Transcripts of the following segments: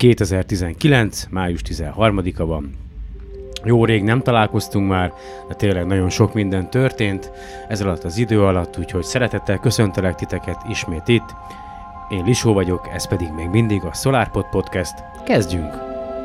2019. május 13-a van. Jó rég nem találkoztunk már, de tényleg nagyon sok minden történt ez alatt az idő alatt, úgyhogy szeretettel köszöntelek titeket ismét itt. Én Lisó vagyok, ez pedig még mindig a SolarPod Podcast. Kezdjünk!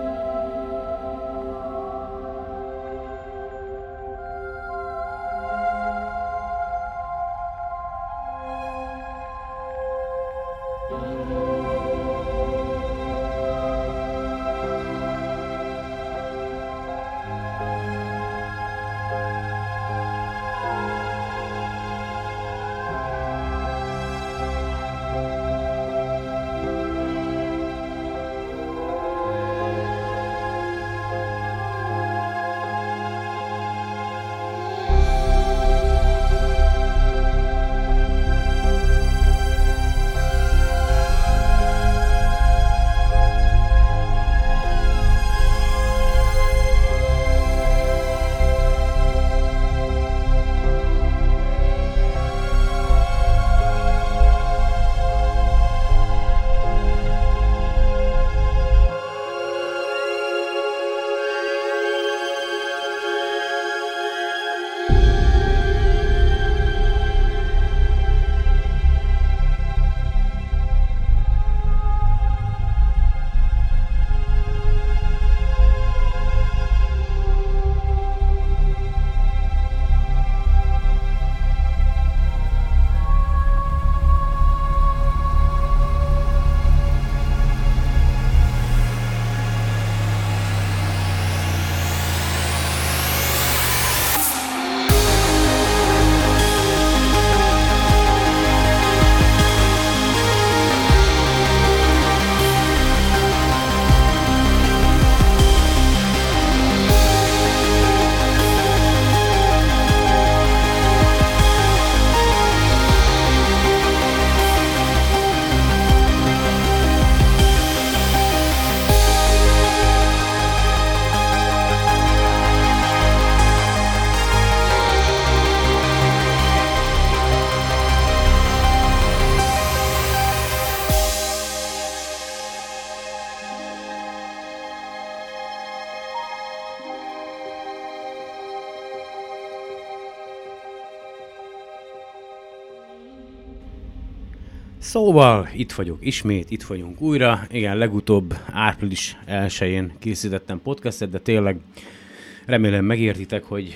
Szóval itt vagyok ismét, itt vagyunk újra. Igen, legutóbb április 1-én készítettem podcastet, de tényleg remélem megértitek, hogy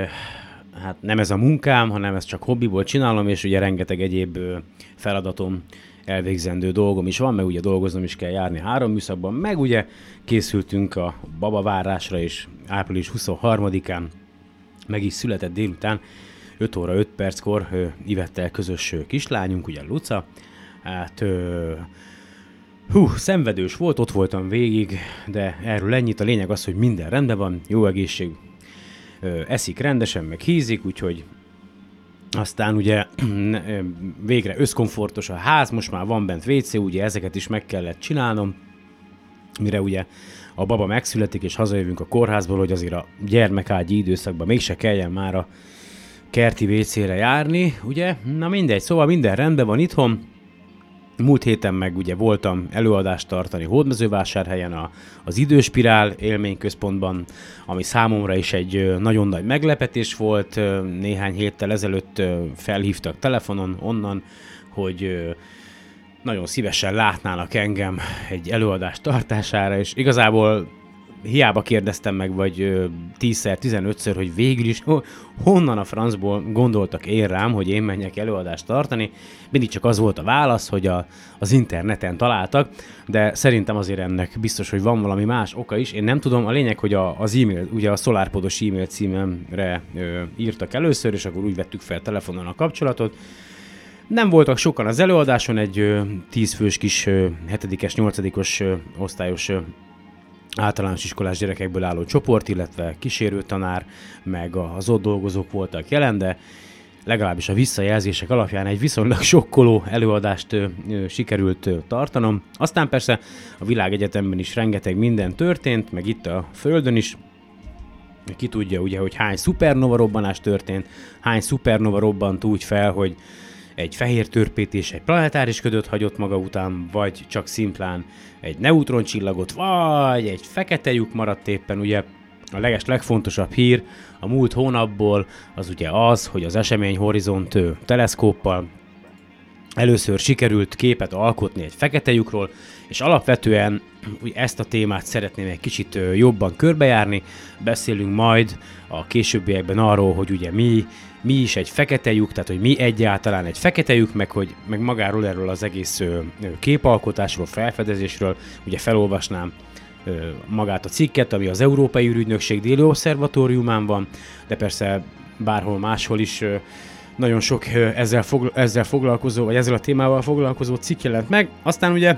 hát nem ez a munkám, hanem ezt csak hobbiból csinálom, és ugye rengeteg egyéb feladatom, elvégzendő dolgom is van, meg ugye dolgoznom is kell járni 3 műszakban, meg ugye készültünk a babavárásra, és április 23-án meg is született délután 5 óra 5 perckor Ivettel közös kislányunk, ugye Luca. Hát, szenvedős volt, ott voltam végig, de erről ennyit. A lényeg az, hogy minden rendben van, jó egészség, eszik rendesen, meg hízik, úgyhogy aztán ugye végre összkomfortos a ház, most már van bent WC, ugye ezeket is meg kellett csinálnom, mire ugye a baba megszületik, és hazajövünk a kórházból, hogy azért a gyermekágyi időszakban mégse kelljen már a kerti WC-re járni, ugye? Na mindegy, szóval minden rendben van itthon. Múlt héten meg ugye voltam előadást tartani Hódmezővásárhelyen az Időspirál élményközpontban, ami számomra is egy nagyon nagy meglepetés volt. Néhány héttel ezelőtt felhívtak telefonon onnan, hogy nagyon szívesen látnának engem egy előadás tartására, és igazából hiába kérdeztem meg, vagy 10-szer, 15-ször, hogy végül is honnan a francból gondoltak én rám, hogy én menjek előadást tartani. Mindig csak az volt a válasz, hogy az interneten találtak, de szerintem azért ennek biztos, hogy van valami más oka is. Én nem tudom, a lényeg, hogy az e-mail, ugye a SolarPodos e-mail címemre írtak először, és akkor úgy vettük fel telefonon a kapcsolatot. Nem voltak sokan az előadáson, egy 10 fős kis 7-es, 8-os osztályos általános iskolás gyerekekből álló csoport, illetve kísérőtanár, meg az ott dolgozók voltak jelen, de legalábbis a visszajelzések alapján egy viszonylag sokkoló előadást sikerült tartanom. Aztán persze a világegyetemben is rengeteg minden történt, meg itt a Földön is. Ki tudja ugye, hogy hány szupernova robbanás történt, hány szupernova robbant úgy fel, hogy egy fehér törpét és egy planetáris ködöt hagyott maga után, vagy csak szimplán egy neutroncsillagot, vagy egy fekete lyuk maradt éppen. Ugye a legfontosabb hír a múlt hónapból az ugye az, hogy az Esemény Horizont teleszkóppal először sikerült képet alkotni egy fekete lyukról, és alapvetően ezt a témát szeretném egy kicsit jobban körbejárni. Beszélünk majd a későbbiekben arról, hogy ugye mi is egy fekete lyuk, tehát hogy mi egyáltalán egy fekete lyuk, meg magáról erről az egész képalkotásról, felfedezésről. Ugye felolvasnám magát a cikket, ami az Európai űrügynökség déli obszervatóriumán van, de persze bárhol máshol is nagyon sok ezzel foglalkozó, vagy ezzel a témával foglalkozó cikk jelent meg. Aztán ugye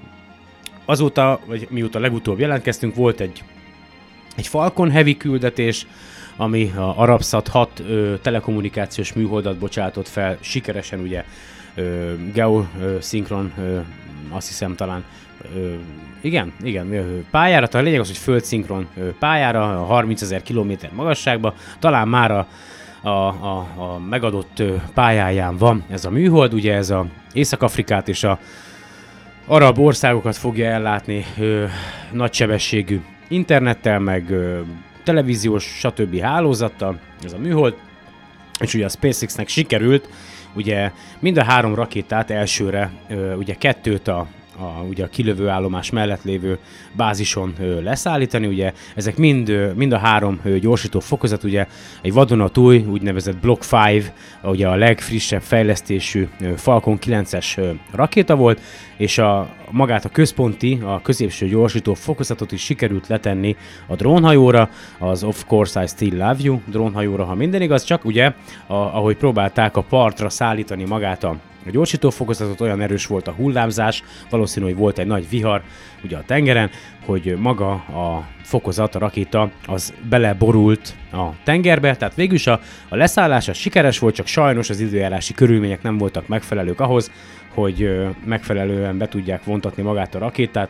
azóta, vagy mióta legutóbb jelentkeztünk, volt egy Falcon Heavy küldetés, ami a Arabsat 6 telekommunikációs műholdat bocsátott fel sikeresen, ugye geoszinkron, azt hiszem talán, igen, pályára, tehát a lényeg az, hogy földszinkron pályára, a 30 000 kilométer magasságba, talán már a megadott pályáján van ez a műhold, ugye ez a Észak-Afrikát és a arab országokat fogja ellátni nagysebességű internettel, meg televíziós, stb. Hálózattal, ez a műhold, és ugye a SpaceX-nek sikerült ugye mind a 3 rakétát elsőre, ugye 2-t ugye a kilövő állomás mellett lévő bázison leszállítani, ugye ezek mind a 3 gyorsító fokozat, ugye egy vadonatúj, úgynevezett Block 5, ugye a legfrissebb fejlesztésű Falcon 9-es rakéta volt, és magát a középső gyorsító fokozatot is sikerült letenni a drónhajóra, az Of Course I Still Love You drónhajóra, ha minden igaz, csak ugye ahogy próbálták a partra szállítani magát a gyorsító fokozatot, olyan erős volt a hullámzás, valószínű, hogy volt egy nagy vihar ugye a tengeren, hogy maga a fokozat, a rakéta az beleborult a tengerbe, tehát végülis a leszállása sikeres volt, csak sajnos az időjárási körülmények nem voltak megfelelők ahhoz, hogy megfelelően be tudják vontatni magát a rakétát.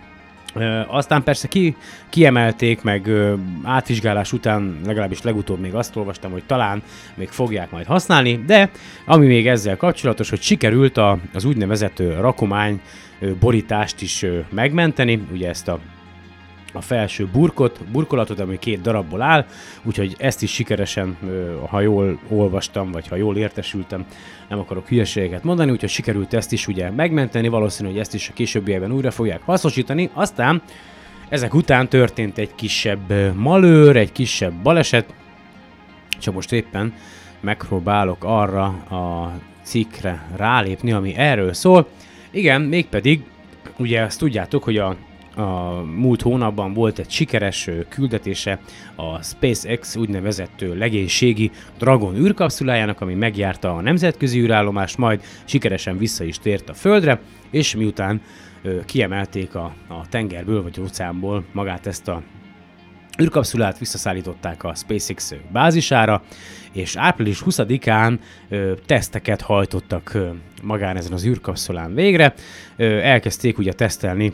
Aztán persze kiemelték, meg átvizsgálás után, legalábbis legutóbb még azt olvastam, hogy talán még fogják majd használni, de ami még ezzel kapcsolatos, hogy sikerült az úgynevezett rakomány borítást is megmenteni, ugye ezt a felső burkolatot, ami 2 darabból áll, úgyhogy ezt is sikeresen, ha jól olvastam, vagy ha jól értesültem, nem akarok hülyeségeket mondani, úgyhogy sikerült ezt is ugye megmenteni, valószínű, hogy ezt is a későbbiekben újra fogják hasznosítani. Aztán ezek után történt egy kisebb malőr, egy kisebb baleset, csak most éppen megpróbálok arra a cikkre rálépni, ami erről szól. Igen, mégpedig, ugye ezt tudjátok, hogy a múlt hónapban volt egy sikeres küldetése a SpaceX úgynevezett legénységi Dragon űrkapszulájának, ami megjárta a nemzetközi űrállomást, majd sikeresen vissza is tért a Földre, és miután kiemelték a tengerből vagy óceánból magát ezt a űrkapszulát, visszaszállították a SpaceX bázisára, és április 20-án teszteket hajtottak magán ezen az űrkapszulán végre. Elkezdték ugye tesztelni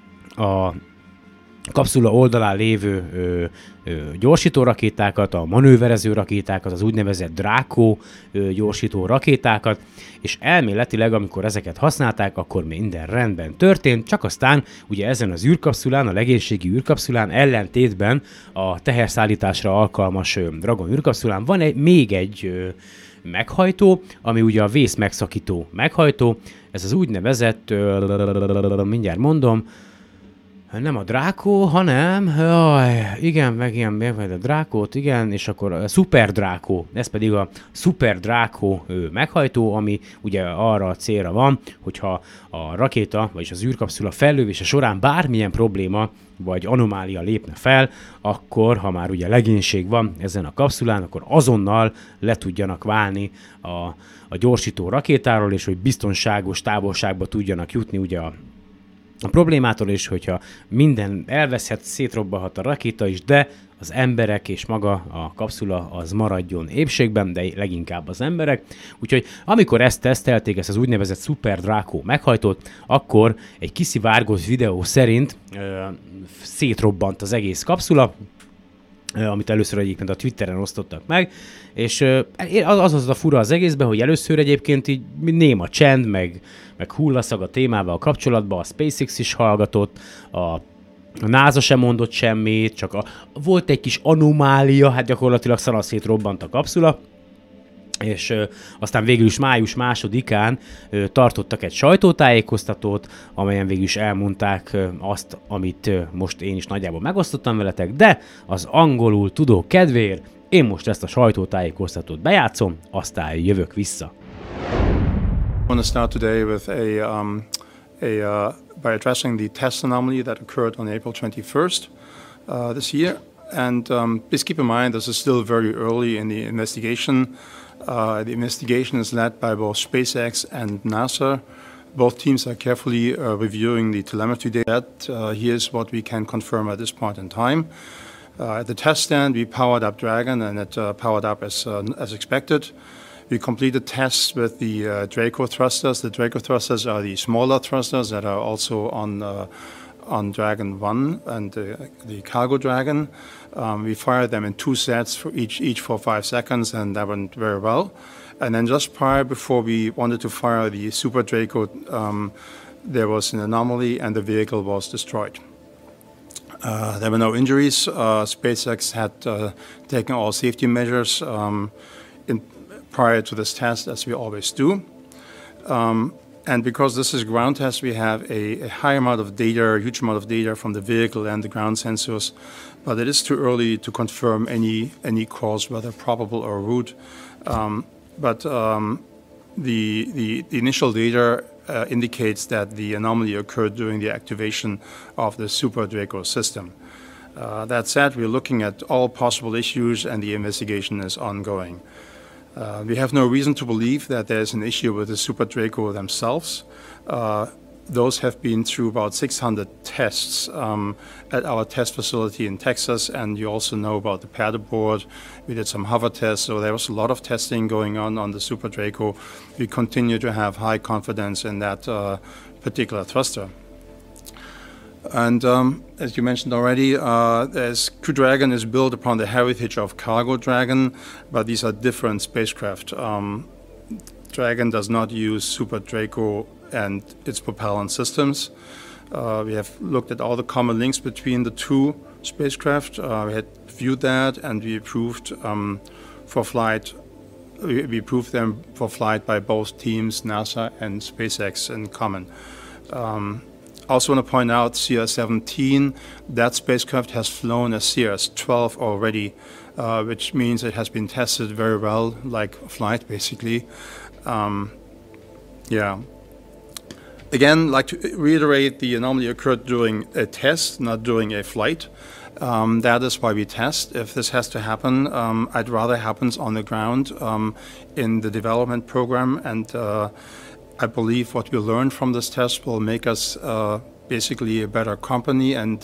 a kapszula oldalán lévő gyorsító rakétákat, a manőverező rakétákat, az úgynevezett Draco gyorsító rakétákat, és elméletileg, amikor ezeket használták, akkor minden rendben történt, csak aztán ugye ezen az űrkapszulán, a legénységi űrkapszulán ellentétben a teherszállításra alkalmas Dragon űrkapszulán van még egy meghajtó, ami ugye a vészmegszakító meghajtó, ez az úgynevezett, mindjárt mondom, nem a Draco, hanem, igen, meg a Dracót, igen, és akkor a Super Draco, ez pedig a Super Draco meghajtó, ami ugye arra a célra van, hogyha a rakéta, vagyis az űrkapszula fellövése során bármilyen probléma vagy anomália lépne fel, akkor, ha már ugye legénység van ezen a kapszulán, akkor azonnal le tudjanak válni a gyorsító rakétáról, és hogy biztonságos távolságba tudjanak jutni ugye a problémától is, hogyha minden elveszhet, szétrobbanhat a rakéta is, de az emberek és maga a kapszula az maradjon épségben, de leginkább az emberek. Úgyhogy amikor ezt tesztelték, ezt az úgynevezett Super Draco meghajtót, akkor egy kiszivárgott videó szerint szétrobbant az egész kapszula, amit először egyébként a Twitteren osztottak meg, és az a fura az egészben, hogy először egyébként így néma csend, meg hullaszag a témával kapcsolatban, a SpaceX is hallgatott, a NASA sem mondott semmit, csak volt egy kis anomália, hát gyakorlatilag szanaszét robbant a kapszula, és aztán végül is május 2-án tartottak egy sajtótájékoztatót, amelyen végül is elmondták azt, amit most én is nagyjából megosztottam veletek, de az angolul tudó kedvéért én most ezt a sajtótájékoztatót bejátszom, aztán jövök vissza. I want to start today with by addressing the test anomaly that occurred on April 21st this year. And please keep in mind this is still very early in the investigation. The investigation is led by both SpaceX and NASA. Both teams are carefully reviewing the telemetry data. Here's what we can confirm at this point in time. At the test stand, we powered up Dragon, and it powered up as expected. We completed tests with the Draco thrusters. The Draco thrusters are the smaller thrusters that are also on Dragon 1 and the Cargo Dragon. We fired them in 2 sets for each for 5 seconds, and that went very well. And then just before we wanted to fire the Super Draco, there was an anomaly and the vehicle was destroyed. There were no injuries. SpaceX had taken all safety measures prior to this test, as we always do. And because this is ground test, we have a high amount of data, a huge amount of data from the vehicle and the ground sensors, but it is too early to confirm any cause, whether probable or root. But the initial data indicates that the anomaly occurred during the activation of the Super Draco system. That said, we're looking at all possible issues and the investigation is ongoing. We have no reason to believe that there's an issue with the Super Draco themselves. Those have been through about 600 tests at our test facility in Texas, and you also know about the paddleboard. We did some hover tests, so there was a lot of testing going on the Super Draco. We continue to have high confidence in that particular thruster. And as you mentioned already, Crew Dragon is built upon the heritage of Cargo Dragon, but these are different spacecraft. Dragon does not use Super Draco and its propellant systems. We have looked at all the common links between the two spacecraft. We had viewed that, and we approved for flight. We approved them for flight by both teams, NASA and SpaceX in common. Also want to point out CR-17, that spacecraft has flown a CRS-12 already, which means it has been tested very well, like flight basically. Yeah. Again, like to reiterate, the anomaly occurred during a test, not during a flight. That is why we test. If this has to happen, I'd rather it happens on the ground in the development program, and I believe what we learned from this test will make us basically a better company, and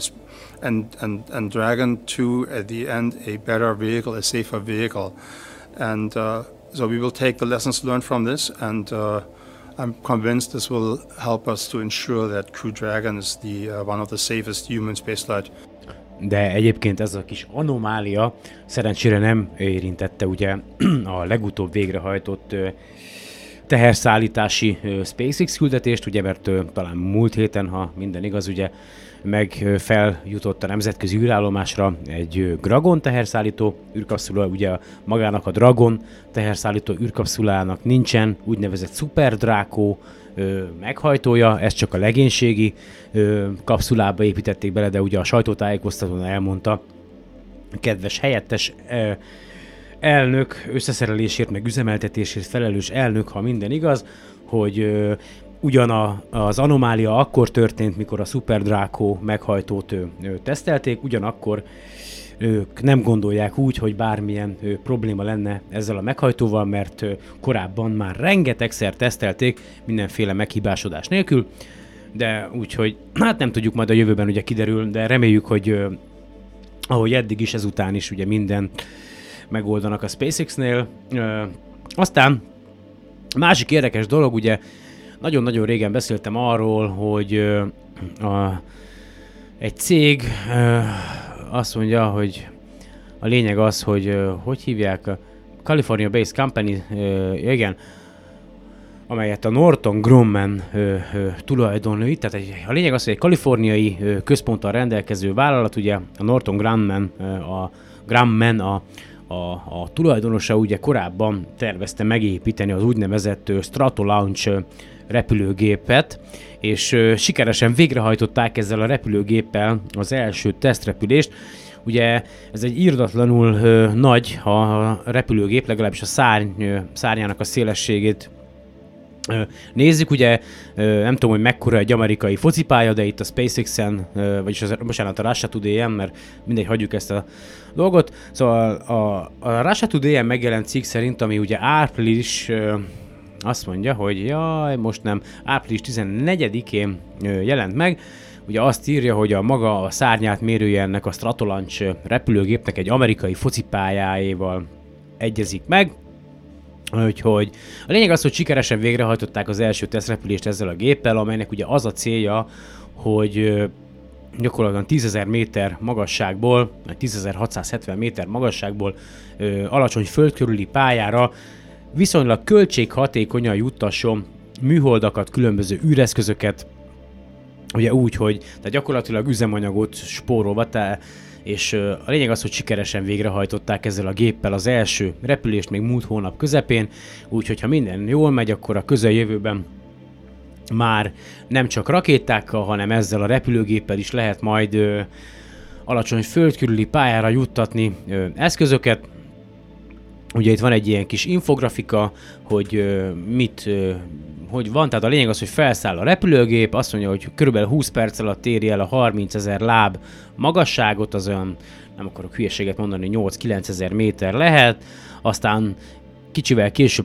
Dragon 2 at the end a better vehicle, a safer vehicle, and so we will take the lessons learned from this, and I'm convinced this will help us to ensure that Crew Dragon is one of the safest human spaceflight. De egyébként ez a kis anomália szerencsére nem érintette ugye a legutóbb végrehajtott teherszállítási SpaceX küldetést, ugye, mert talán múlt héten, ha minden igaz, ugye feljutott a nemzetközi űrállomásra egy Dragon teherszállító űrkapszula, ugye magának a Dragon teherszállító űrkapszulának nincsen úgynevezett Super Draco meghajtója, ezt csak a legénységi kapszulába építették bele, de ugye a sajtótájékoztatón elmondta a kedves helyettes elnök, összeszerelésért, meg üzemeltetésért felelős elnök, ha minden igaz, hogy ugyan az anomália akkor történt, mikor a Super Draco meghajtót tesztelték, ugyanakkor ők nem gondolják úgy, hogy bármilyen probléma lenne ezzel a meghajtóval, mert korábban már rengetegszer tesztelték mindenféle meghibásodás nélkül, de úgyhogy hát nem tudjuk, majd a jövőben ugye kiderül, de reméljük, hogy ahogy eddig is, ezután is ugye minden megoldanak a SpaceX-nél. Aztán másik érdekes dolog, ugye nagyon-nagyon régen beszéltem arról, hogy egy cég azt mondja, hogy a lényeg az, hogy hívják, a California-based company, igen, amelyet a Northrop Grumman tulajdonít. Tehát a lényeg az, hogy egy kaliforniai központtal rendelkező vállalat, ugye a Northrop Grumman a tulajdonosa ugye korábban tervezte megépíteni az úgynevezett Stratolaunch repülőgépet, és sikeresen végrehajtották ezzel a repülőgéppel az első tesztrepülést. Ugye ez egy irdatlanul nagy a repülőgép, legalábbis a szárnyának a szélességét nézzük, ugye nem tudom, hogy mekkora egy amerikai focipálya, de itt a SpaceX-en, vagyis bocsánat, a Russia Today-en, mert mindegy, hagyjuk ezt a dolgot. Szóval a Russia Today-en megjelent cikk szerint, ami ugye április, azt mondja, hogy most nem, április 14-én jelent meg, ugye azt írja, hogy a szárnyát mérője ennek a Stratolaunch repülőgépnek egy amerikai focipályájával egyezik meg. Úgyhogy a lényeg az, hogy sikeresen végrehajtották az első tesztrepülést ezzel a géppel, amelynek ugye az a célja, hogy gyakorlatilag 10.000 méter magasságból, 10.670 méter magasságból alacsony földkörüli pályára viszonylag költséghatékonyan juttasson műholdakat, különböző űreszközöket, ugye úgy, hogy tehát gyakorlatilag üzemanyagot spórolva, és a lényeg az, hogy sikeresen végrehajtották ezzel a géppel az első repülést még múlt hónap közepén, úgyhogy ha minden jól megy, akkor a közeljövőben már nem csak rakétákkal, hanem ezzel a repülőgéppel is lehet majd alacsony földkörüli pályára juttatni eszközöket. Ugye itt van egy ilyen kis infografika, hogy hogy van, tehát a lényeg az, hogy felszáll a repülőgép, azt mondja, hogy körülbelül 20 perc alatt éri el a 30.000 láb magasságot, az olyan, nem akarok hülyeséget mondani, 8-9 ezer méter lehet, aztán kicsivel később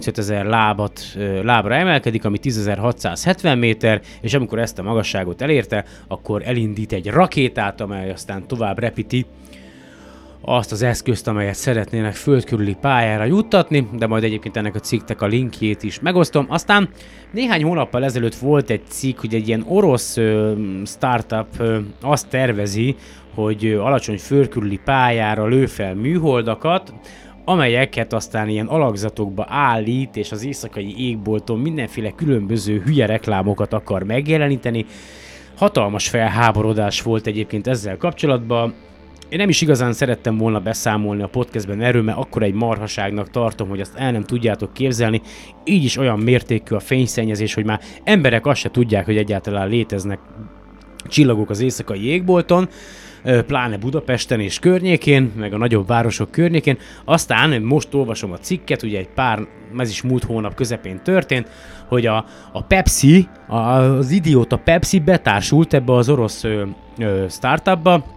35.000 lábra emelkedik, ami 10.670 méter, és amikor ezt a magasságot elérte, akkor elindít egy rakétát, amely aztán tovább repíti azt az eszközt, amelyet szeretnének földkörüli pályára juttatni, de majd egyébként ennek a cikknek a linkjét is megosztom. Aztán néhány hónappal ezelőtt volt egy cikk, hogy egy ilyen orosz startup azt tervezi, hogy alacsony földkörüli pályára lő fel műholdakat, amelyeket aztán ilyen alakzatokba állít, és az éjszakai égbolton mindenféle különböző hülye reklámokat akar megjeleníteni. Hatalmas felháborodás volt egyébként ezzel kapcsolatban. Én nem is igazán szerettem volna beszámolni a podcastben erről, mert akkor egy marhaságnak tartom, hogy azt el nem tudjátok képzelni. Így is olyan mértékű a fényszennyezés, hogy már emberek azt se tudják, hogy egyáltalán léteznek csillagok az éjszakai égbolton, pláne Budapesten és környékén, meg a nagyobb városok környékén. Aztán most olvasom a cikket, ugye ez is múlt hónap közepén történt, hogy a Pepsi, az idióta Pepsi betársult ebbe az orosz startupba,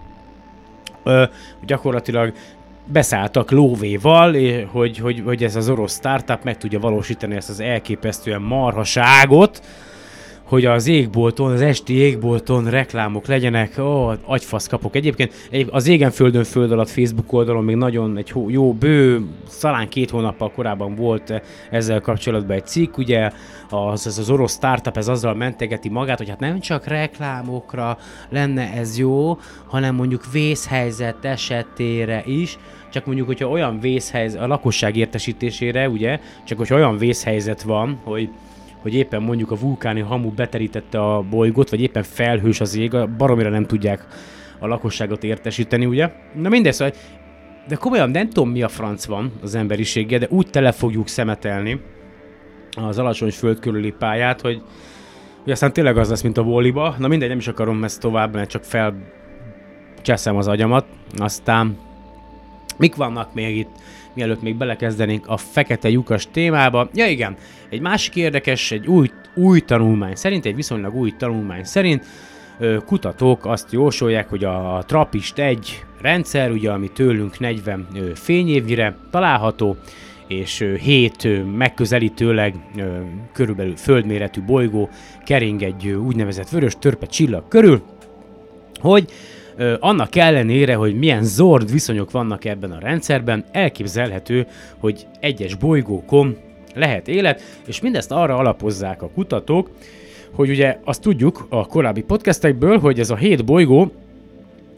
gyakorlatilag beszálltak lóvéval, hogy ez az orosz startup meg tudja valósítani ezt az elképesztően marhaságot, hogy az égbolton, az esti égbolton reklámok legyenek. Agyfasz kapok. Egyébként az Égen Földön Föld alatt Facebook oldalon még nagyon egy jó talán 2 hónappal korábban volt ezzel kapcsolatban egy cikk, ugye az orosz startup ez azzal mentegeti magát, hogy hát nem csak reklámokra lenne ez jó, hanem mondjuk vészhelyzet esetére is, csak mondjuk, hogyha olyan vészhelyzet, a lakosság értesítésére, ugye, csak hogyha olyan vészhelyzet van, hogy éppen mondjuk a vulkáni hamu beterítette a bolygót, vagy éppen felhős az ég, baromira nem tudják a lakosságot értesíteni, ugye? Na mindegy, szóval, de komolyan nem tudom, mi a franc van az emberiséggel, de úgy tele fogjuk szemetelni az alacsony föld körüli pályát, hogy aztán tényleg az lesz, mint a Wall-E-ba. Na mindegy, nem is akarom ezt tovább, mert csak felcseszem az agyamat. Aztán mik vannak még itt, mielőtt még belekezdenénk a fekete lyukas témába? Ja igen, egy másik érdekes, egy új tanulmány szerint, egy viszonylag új tanulmány szerint kutatók azt jósolják, hogy a TRAPPIST-1 rendszer, ugye, ami tőlünk 40 fényévnyire található, és 7 megközelítőleg körülbelül földméretű bolygó kering egy úgynevezett vörös törpe csillag körül, hogy annak ellenére, hogy milyen zord viszonyok vannak ebben a rendszerben, elképzelhető, hogy egyes bolygókon lehet élet, és mindezt arra alapozzák a kutatók, hogy ugye azt tudjuk a korábbi podcastekből, hogy ez a 7 bolygó,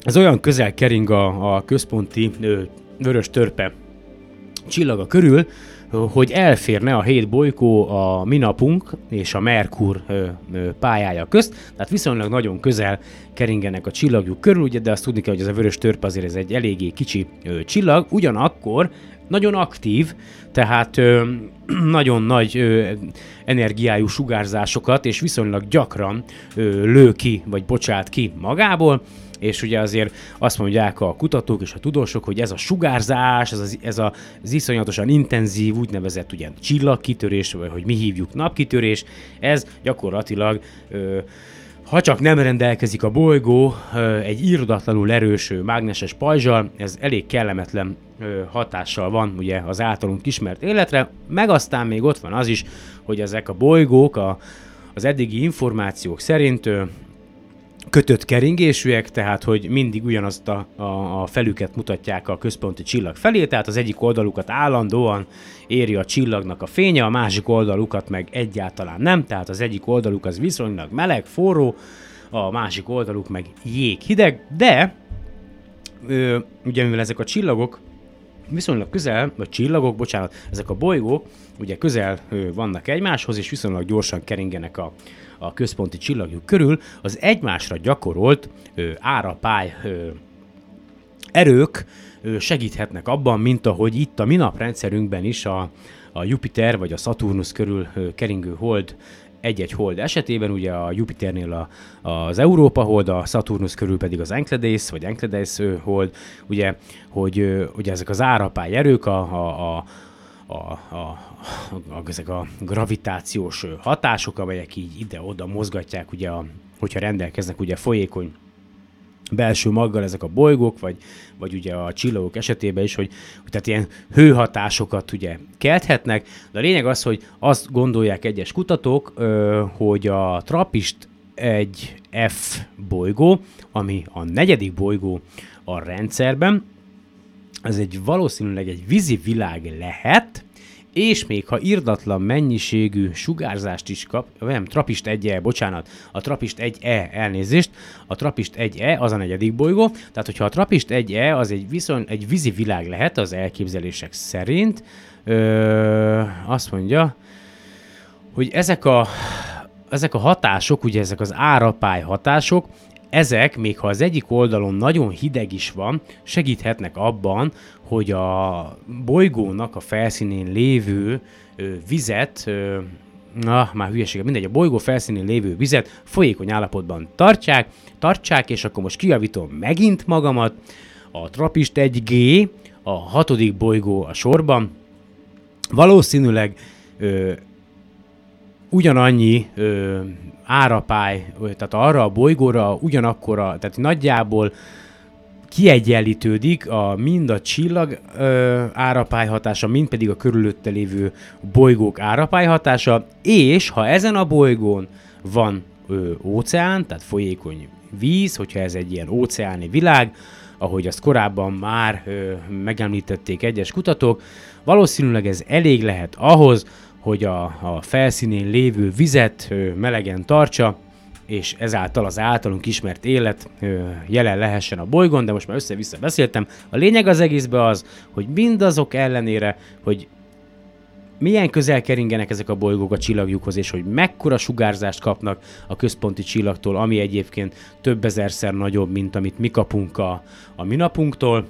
ez olyan közel kering a központi vörös törpe csillaga körül, hogy elférne a 7 bolygó a mi napunk és a Merkur pályája közt, tehát viszonylag nagyon közel keringenek a csillagjuk körül, ugye, de azt tudni kell, hogy ez a vörös törpe azért ez egy eléggé kicsi csillag, ugyanakkor nagyon aktív, tehát nagyon nagy energiájú sugárzásokat és viszonylag gyakran lő ki, vagy bocsát ki magából, és ugye azért azt mondják a kutatók és a tudósok, hogy ez a sugárzás, ez az iszonyatosan intenzív, úgynevezett ugye csillagkitörés, vagy hogy mi hívjuk napkitörés, ez gyakorlatilag, ha csak nem rendelkezik a bolygó egy irdatlanul erős mágneses pajzsal, ez elég kellemetlen hatással van ugye az általunk ismert életre, meg aztán még ott van az is, hogy ezek a bolygók az eddigi információk szerint kötött keringésűek, tehát hogy mindig ugyanazt a felüket mutatják a központi csillag felé, tehát az egyik oldalukat állandóan éri a csillagnak a fénye, a másik oldalukat meg egyáltalán nem, tehát az egyik oldaluk az viszonylag meleg, forró, a másik oldaluk meg jéghideg, de ugye mivel ezek a csillagok viszonylag közel, vagy csillagok, bocsánat, ezek a bolygók ugye közel vannak egymáshoz, és viszonylag gyorsan keringenek a központi csillagjuk körül, az egymásra gyakorolt árapály erők segíthetnek abban, mint ahogy itt a mi naprendszerünkben is a Jupiter vagy a Szaturnusz körül keringő hold, egy-egy hold esetében, ugye a Jupiternél az Európa hold, a Szaturnusz körül pedig az Enceladus vagy Enceladus hold, ugye, hogy ugye ezek az árapály erők, ezek a gravitációs hatások, amelyek így ide-oda mozgatják, ugye, hogyha rendelkeznek ugye folyékony belső maggal ezek a bolygók, vagy ugye a csillagok esetében is, hogy tehát ilyen hőhatásokat ugye kelthetnek, de a lényeg az, hogy azt gondolják egyes kutatók, hogy a TRAPPIST 1F bolygó, ami a 4. bolygó a rendszerben, ez valószínűleg egy vízi világ lehet, és még ha irdatlan mennyiségű sugárzást is kap, nem, TRAPPIST 1E, bocsánat, a TRAPPIST 1E, elnézést, a TRAPPIST 1E az a 4. bolygó, tehát hogyha a TRAPPIST 1E az egy vízi világ lehet az elképzelések szerint, azt mondja, hogy ezek a hatások, ugye ezek az árapály hatások, ezek, még ha az egyik oldalon nagyon hideg is van, segíthetnek abban, hogy a bolygónak a felszínén lévő vizet, már hülyesége, mindegy, a bolygó felszínén lévő vizet folyékony állapotban tartsák, és akkor most kijavítom megint magamat, a TRAPPIST 1G, a 6. bolygó a sorban, valószínűleg ugyanannyi árapály, tehát arra a bolygóra ugyanakkora, tehát nagyjából kiegyenlítődik mind a csillag árapály hatása, mind pedig a körülötte lévő bolygók árapály hatása, és ha ezen a bolygón van óceán, tehát folyékony víz, hogyha ez egy ilyen óceáni világ, ahogy azt korábban már megemlítették egyes kutatók, valószínűleg ez elég lehet ahhoz, hogy a felszínén lévő vizet melegen tartsa, és ezáltal az általunk ismert élet jelen lehessen a bolygón, de most már össze-vissza beszéltem. A lényeg az egészben az, hogy mindazok ellenére, hogy milyen közel keringenek ezek a bolygók a csillagjukhoz, és hogy mekkora sugárzást kapnak a központi csillagtól, ami egyébként több ezerszer nagyobb, mint amit mi kapunk a mi napunktól.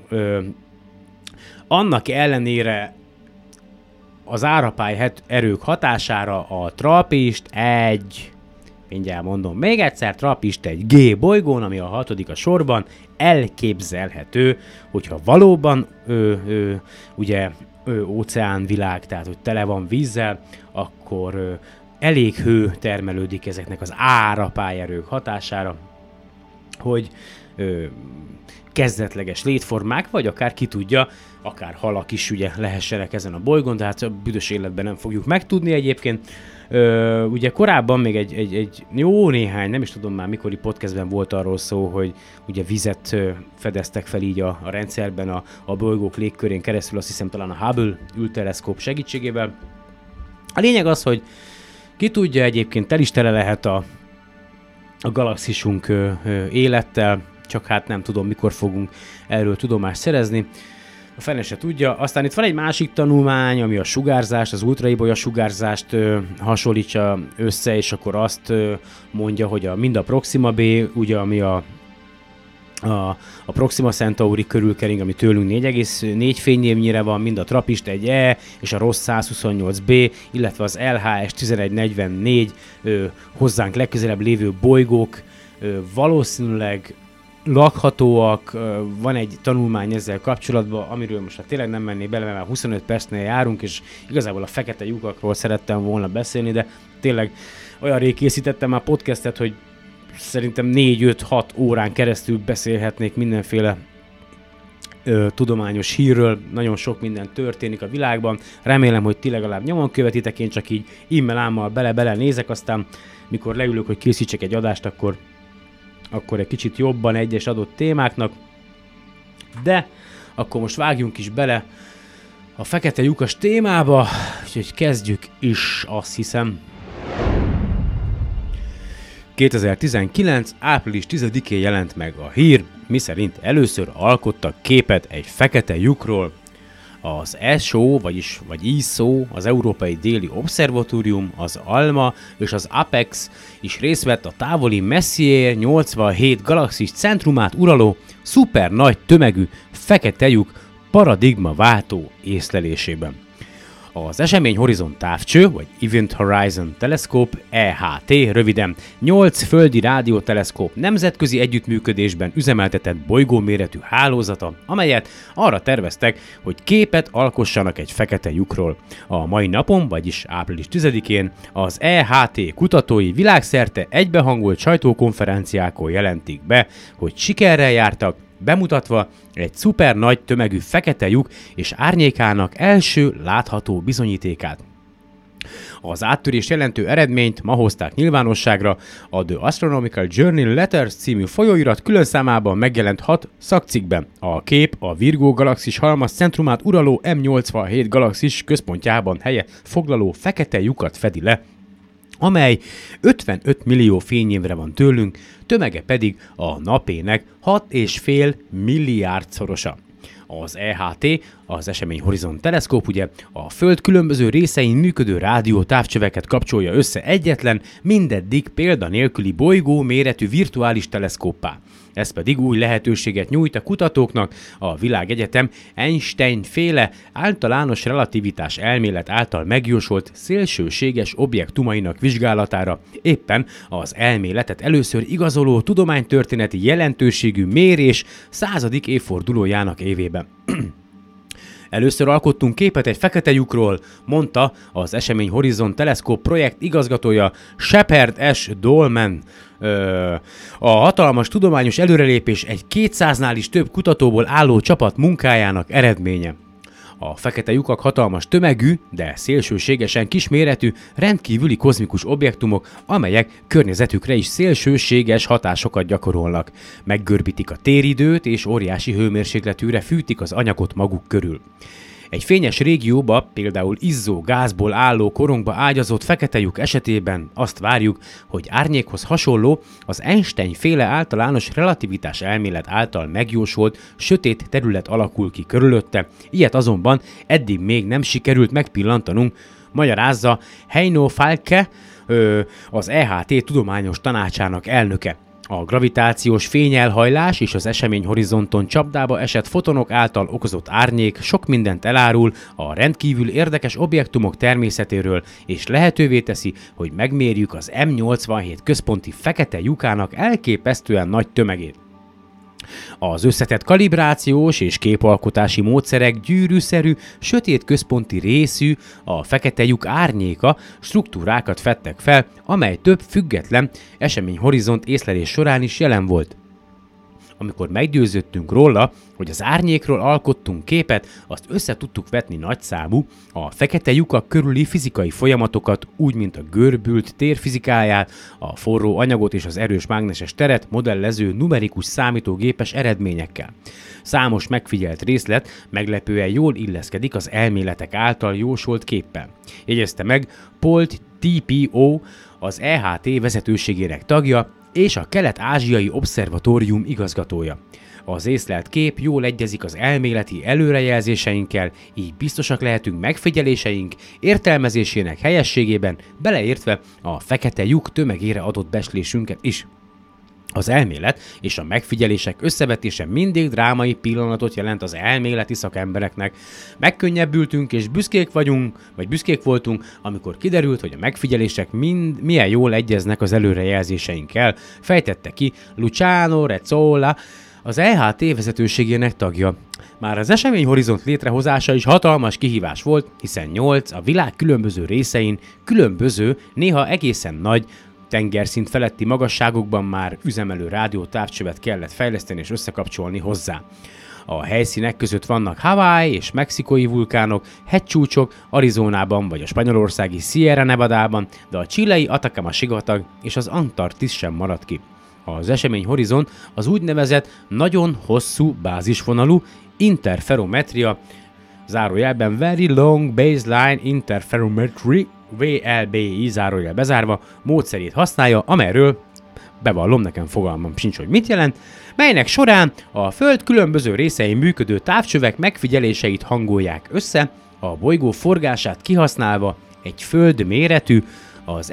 Annak ellenére az árapály erők hatására a TRAPPIST 1, mindjárt mondom még egyszer, TRAPPIST 1G bolygón, ami a 6. a sorban, elképzelhető, hogyha valóban ugye óceánvilág, tehát hogy tele van vízzel, akkor elég hő termelődik ezeknek az árapályerők hatására, hogy kezdetleges létformák, vagy akár ki tudja, akár halak is ugye lehessenek ezen a bolygón, de hát a büdös életben nem fogjuk megtudni egyébként. Ugye korábban még egy jó néhány, nem is tudom már mikori podcastben volt arról szó, hogy ugye vizet fedeztek fel így a rendszerben a bolygók légkörén keresztül, azt hiszem talán a Hubble űrteleszkóp segítségével. A lényeg az, hogy ki tudja, egyébként tel is tele lehet a galaxisunk élettel, csak hát nem tudom, mikor fogunk erről tudomást szerezni. A fene se tudja. Aztán itt van egy másik tanulmány, ami a sugárzást, az ultraibolya sugárzást hasonlítja össze, és akkor azt mondja, hogy mind a Proxima B, ugye, ami a Proxima Centauri körül kering, ami tőlünk 4,4 fényévnyire van, mind a Trappist 1E és a Ross 128B, illetve az LHS 1144 hozzánk legközelebb lévő bolygók valószínűleg lakhatóak. Van egy tanulmány ezzel kapcsolatban, amiről most hát tényleg nem mennék bele, mert már 25 percnél járunk, és igazából a fekete lyukakról szerettem volna beszélni, de tényleg olyan rég készítettem már podcastet, hogy szerintem 4-5-6 órán keresztül beszélhetnék mindenféle tudományos hírről, nagyon sok minden történik a világban. Remélem, hogy ti legalább nyomon követitek, én csak így immel-ámmal bele-bele nézek, aztán mikor leülök, hogy készítsek egy adást, akkor egy kicsit jobban egyes adott témáknak. De akkor most vágjunk is bele a fekete lyukas témába, úgyhogy kezdjük is, azt hiszem. 2019. április 10-én jelent meg a hír, miszerint először alkottak képet egy fekete lyukról. Az ESO, vagy ISO, az Európai Déli Obszervatórium, az ALMA és az APEX is részt vett a távoli Messier 87 galaxis centrumát uraló, szuper nagy tömegű fekete lyuk paradigmaváltó észlelésében. Az Esemény Horizon távcső, vagy Event Horizon Telescope, EHT röviden, 8 földi rádióteleszkóp nemzetközi együttműködésben üzemeltetett bolygóméretű hálózata, amelyet arra terveztek, hogy képet alkossanak egy fekete lyukról. A mai napon, vagyis április 10-én az EHT kutatói világszerte egybehangolt sajtókonferenciákon jelentik be, hogy sikerrel jártak, bemutatva egy szuper nagy tömegű fekete lyuk és árnyékának első látható bizonyítékát. Az áttörés jelentő eredményt ma hozták nyilvánosságra a The Astronomical Journal Letters című folyóirat külön számában megjelent 6 szakcikkben. A kép a Virgo galaxis halmaz centrumát uraló M87 galaxis központjában helye foglaló fekete lyukat fedi le, amely 55 millió fényévre van tőlünk, tömege pedig a napének 6,5 milliárdszorosa. Az EHT, az Esemény Horizon Teleszkóp ugye a Föld különböző részein működő rádiótávcsöveket kapcsolja össze egyetlen, mindeddig példanélküli bolygó méretű virtuális teleszkóppá. Ez pedig új lehetőséget nyújt a kutatóknak a Világegyetem Einstein-féle általános relativitás elmélet által megjósolt szélsőséges objektumainak vizsgálatára, éppen az elméletet először igazoló tudománytörténeti jelentőségű mérés 100. évfordulójának évében. Először alkottunk képet egy fekete lyukról, mondta az Esemény Horizon Teleszkóp projekt igazgatója Shepard S. Dolman. A hatalmas tudományos előrelépés egy 200-nál is több kutatóból álló csapat munkájának eredménye. A fekete lyukak hatalmas tömegű, de szélsőségesen kisméretű, rendkívüli kozmikus objektumok, amelyek környezetükre is szélsőséges hatásokat gyakorolnak. Meggörbítik a téridőt és óriási hőmérsékletűre fűtik az anyagot maguk körül. Egy fényes régióba, például izzó gázból álló korongba ágyazott fekete lyuk esetében azt várjuk, hogy árnyékhoz hasonló, az Einstein-féle általános relativitás elmélet által megjósolt sötét terület alakul ki körülötte, ilyet azonban eddig még nem sikerült megpillantanunk, magyarázza Heino Falke, az EHT tudományos tanácsának elnöke. A gravitációs fényelhajlás és az eseményhorizonton csapdába esett fotonok által okozott árnyék sok mindent elárul a rendkívül érdekes objektumok természetéről, és lehetővé teszi, hogy megmérjük az M87 központi fekete lyukának elképesztően nagy tömegét. Az összetett kalibrációs és képalkotási módszerek gyűrűszerű, sötét központi részű, a fekete lyuk árnyéka struktúrákat fedtek fel, amely több független eseményhorizont észlelés során is jelen volt. Amikor meggyőződtünk róla, hogy az árnyékról alkottunk képet, azt össze tudtuk vetni nagyszámú, a fekete lyukak körüli fizikai folyamatokat, úgy mint a görbült tér fizikáját, a forró anyagot és az erős mágneses teret modellező numerikus számítógépes eredményekkel. Számos megfigyelt részlet meglepően jól illeszkedik az elméletek által jósolt képpel. Jegyezte meg Paul TPO, az EHT vezetőségének tagja, és a Kelet-Ázsiai Obszervatórium igazgatója. Az észlelt kép jól egyezik az elméleti előrejelzéseinkkel, így biztosak lehetünk megfigyeléseink értelmezésének helyességében, beleértve a fekete lyuk tömegére adott becslésünket is. Az elmélet és a megfigyelések összevetése mindig drámai pillanatot jelent az elméleti szakembereknek. Megkönnyebbültünk és büszkék voltunk, amikor kiderült, hogy a megfigyelések milyen jól egyeznek az előrejelzéseinkkel, fejtette ki Luciano Rezzolla, az EHT vezetőségének tagja. Már az eseményhorizont létrehozása is hatalmas kihívás volt, hiszen 8 a világ különböző részein, különböző, néha egészen nagy, tengerszint feletti magasságokban már üzemelő rádiótávcsövet kellett fejleszteni és összekapcsolni hozzá. A helyszínek között vannak Hawaii és mexikói vulkánok, hegycsúcsok, Arizonában vagy a spanyolországi Sierra Nevadában, de a chilei Atacama-sivatag és az Antarktisz sem maradt ki. Az eseményhorizont az úgynevezett nagyon hosszú bázisvonalú interferometria, zárójelben Very Long Baseline Interferometry, VLBI zárójel bezárva, módszerét használja, amelyről bevallom, nekem fogalmam sincs, hogy mit jelent, melynek során a Föld különböző részein működő távcsövek megfigyeléseit hangolják össze, a bolygó forgását kihasználva egy Föld méretű, az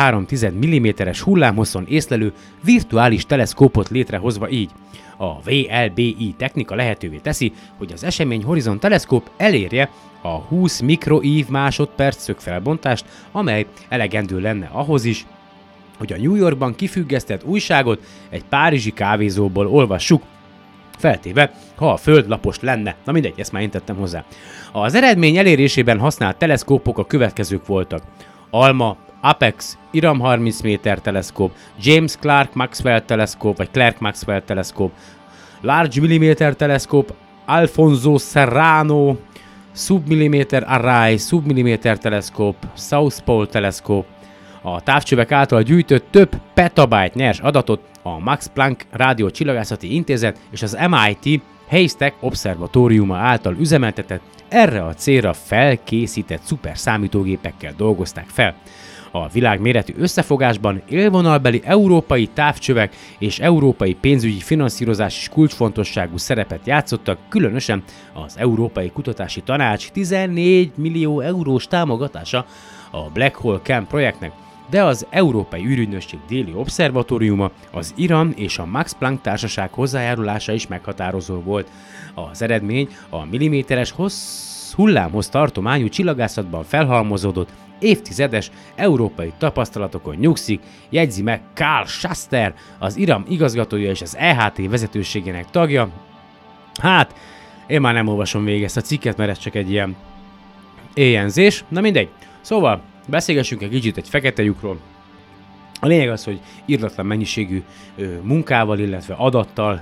1,3 mm-es hullámhosszon észlelő virtuális teleszkópot létrehozva így. A VLBI technika lehetővé teszi, hogy az eseményhorizont teleszkóp elérje a 20 mikroív másodperc szögfelbontást, amely elegendő lenne ahhoz is, hogy a New Yorkban kifüggesztett újságot egy párizsi kávézóból olvassuk, feltéve, ha a Föld lapos lenne. Na mindegy, ezt már én tettem hozzá. Az eredmény elérésében használt teleszkópok a következők voltak. ALMA, Apex, Iram 30 méter teleszkóp, James Clerk Maxwell teleszkóp, vagy Clerk Maxwell teleszkóp, Large Millimeter teleszkóp, Alfonso Serrano, Submillimeter Array, Submillimeter teleszkóp, South Pole teleszkóp. A távcsövek által gyűjtött több petabyte nyers adatot a Max Planck Rádiócsillagászati Intézet és az MIT Haystack Obszervatóriuma által üzemeltetett, erre a célra felkészített szuperszámítógépekkel dolgozták fel. A világméretű összefogásban élvonalbeli európai távcsövek és európai pénzügyi finanszírozás is kulcsfontosságú szerepet játszottak, különösen az Európai Kutatási Tanács 14 millió eurós támogatása a Black Hole Camp projektnek, de az Európai űrügynökség déli obszervatóriuma, az IRAM és a Max Planck társaság hozzájárulása is meghatározó volt. Az eredmény a milliméteres hullámhoz tartományú csillagászatban felhalmozódott évtizedes európai tapasztalatokon nyugszik, jegyzi meg Carl Schuster, az IRAM igazgatója és az EHT vezetőségének tagja. Hát, én már nem olvasom végig ezt a cikket, mert ez csak egy ilyen éjjenzés. Na mindegy. Szóval beszélgessünk egy kicsit egy fekete lyukról. A lényeg az, hogy irdatlan mennyiségű munkával, illetve adattal,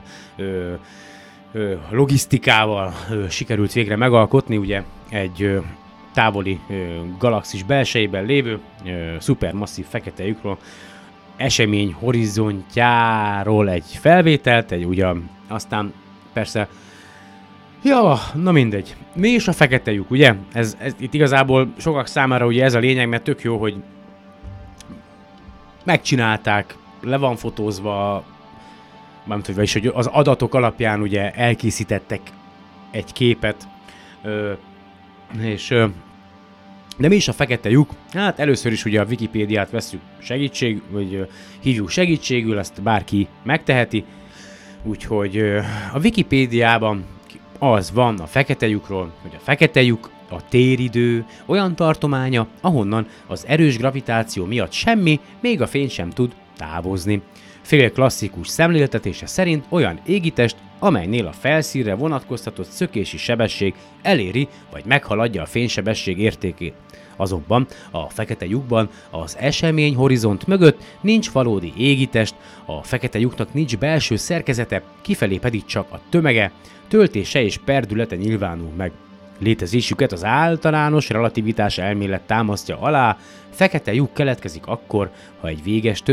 logisztikával sikerült végre megalkotni, ugye egy távoli galaxis belsejében lévő szupermasszív fekete lyukról, esemény horizontjáról egy felvételt, aztán persze, ja, na mindegy. Mi is a fekete lyuk, ugye? Ez itt igazából sokak számára ugye ez a lényeg, mert tök jó, hogy megcsinálták, le van fotózva, vagyis hogy az adatok alapján ugye elkészítettek egy képet, de mi is a fekete lyuk? Hát először is ugye a Wikipédiát vesszük hívjuk segítségül, azt bárki megteheti. Úgyhogy a Wikipédiában az van a fekete lyukról, hogy a fekete lyuk a téridő olyan tartománya, ahonnan az erős gravitáció miatt semmi, még a fény sem tud távozni. Fél klasszikus szemléltetése szerint olyan égitest, amelynél a felszínre vonatkoztatott szökési sebesség eléri vagy meghaladja a fénysebesség értékét. Azonban a fekete lyukban az esemény horizont mögött nincs valódi égitest, a fekete lyuknak nincs belső szerkezete, kifelé pedig csak a tömege, töltése és perdülete nyilvánul meg. Létezésüket az általános relativitás elmélet támasztja alá, fekete lyuk keletkezik akkor, ha egy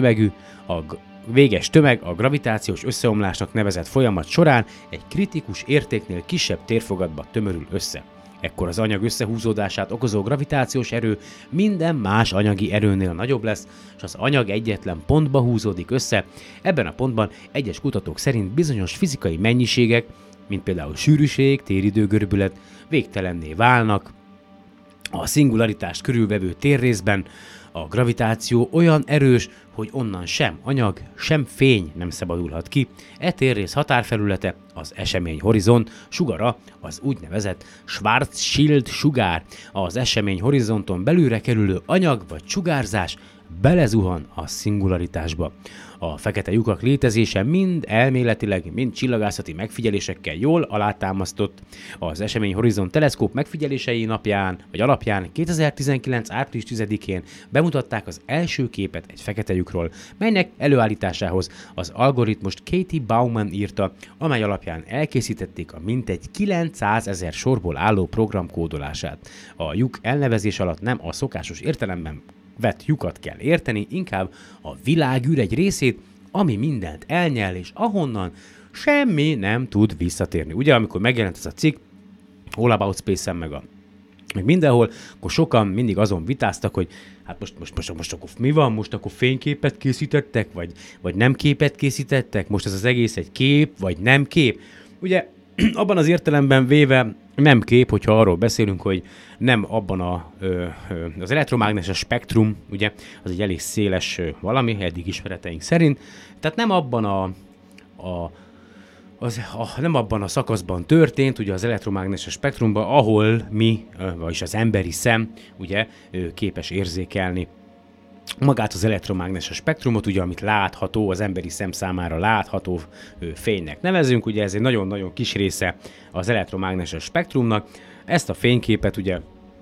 véges tömeg a gravitációs összeomlásnak nevezett folyamat során egy kritikus értéknél kisebb térfogatba tömörül össze. Ekkor az anyag összehúzódását okozó gravitációs erő minden más anyagi erőnél nagyobb lesz, és az anyag egyetlen pontba húzódik össze. Ebben a pontban egyes kutatók szerint bizonyos fizikai mennyiségek, mint például sűrűség, téridőgörbület végtelenné válnak. A szingularitást körülvevő térrészben a gravitáció olyan erős, hogy onnan sem anyag, sem fény nem szabadulhat ki. E térrész határfelülete az esemény horizont, sugara az úgynevezett Schwarzschild sugár. Az esemény horizonton belülre kerülő anyag vagy sugárzás belezuhan a szingularitásba. A fekete lyukak létezése mind elméletileg, mind csillagászati megfigyelésekkel jól alátámasztott. Az Esemény Horizont teleszkóp megfigyelései alapján 2019. április 10-én bemutatták az első képet egy fekete lyukról, melynek előállításához az algoritmust Katie Bauman írta, amely alapján elkészítették a mintegy 900 000 sorból álló program kódolását. A lyuk elnevezés alatt nem a szokásos értelemben vett lyukat kell érteni, inkább a világűr egy részét, ami mindent elnyel, és ahonnan semmi nem tud visszatérni. Ugye, amikor megjelent ez a cikk, All About Space-en meg mindenhol, akkor sokan mindig azon vitáztak, hogy hát most akkor mi van, most akkor fényképet készítettek, vagy nem képet készítettek, most ez az egész egy kép, vagy nem kép. Ugye, abban az értelemben véve nem kép, hogyha arról beszélünk, hogy nem abban az elektromágneses spektrum, ugye, az egy elég széles valami, eddig ismereteink szerint, tehát nem abban nem abban a szakaszban történt, ugye az elektromágneses spektrumban, ahol mi, vagyis az emberi szem, ugye, képes érzékelni magát az elektromágneses spektrumot, ugye, amit látható, az emberi szem számára látható fénynek nevezünk, ugye ez egy nagyon-nagyon kis része az elektromágneses spektrumnak. Ezt a fényképet ugye,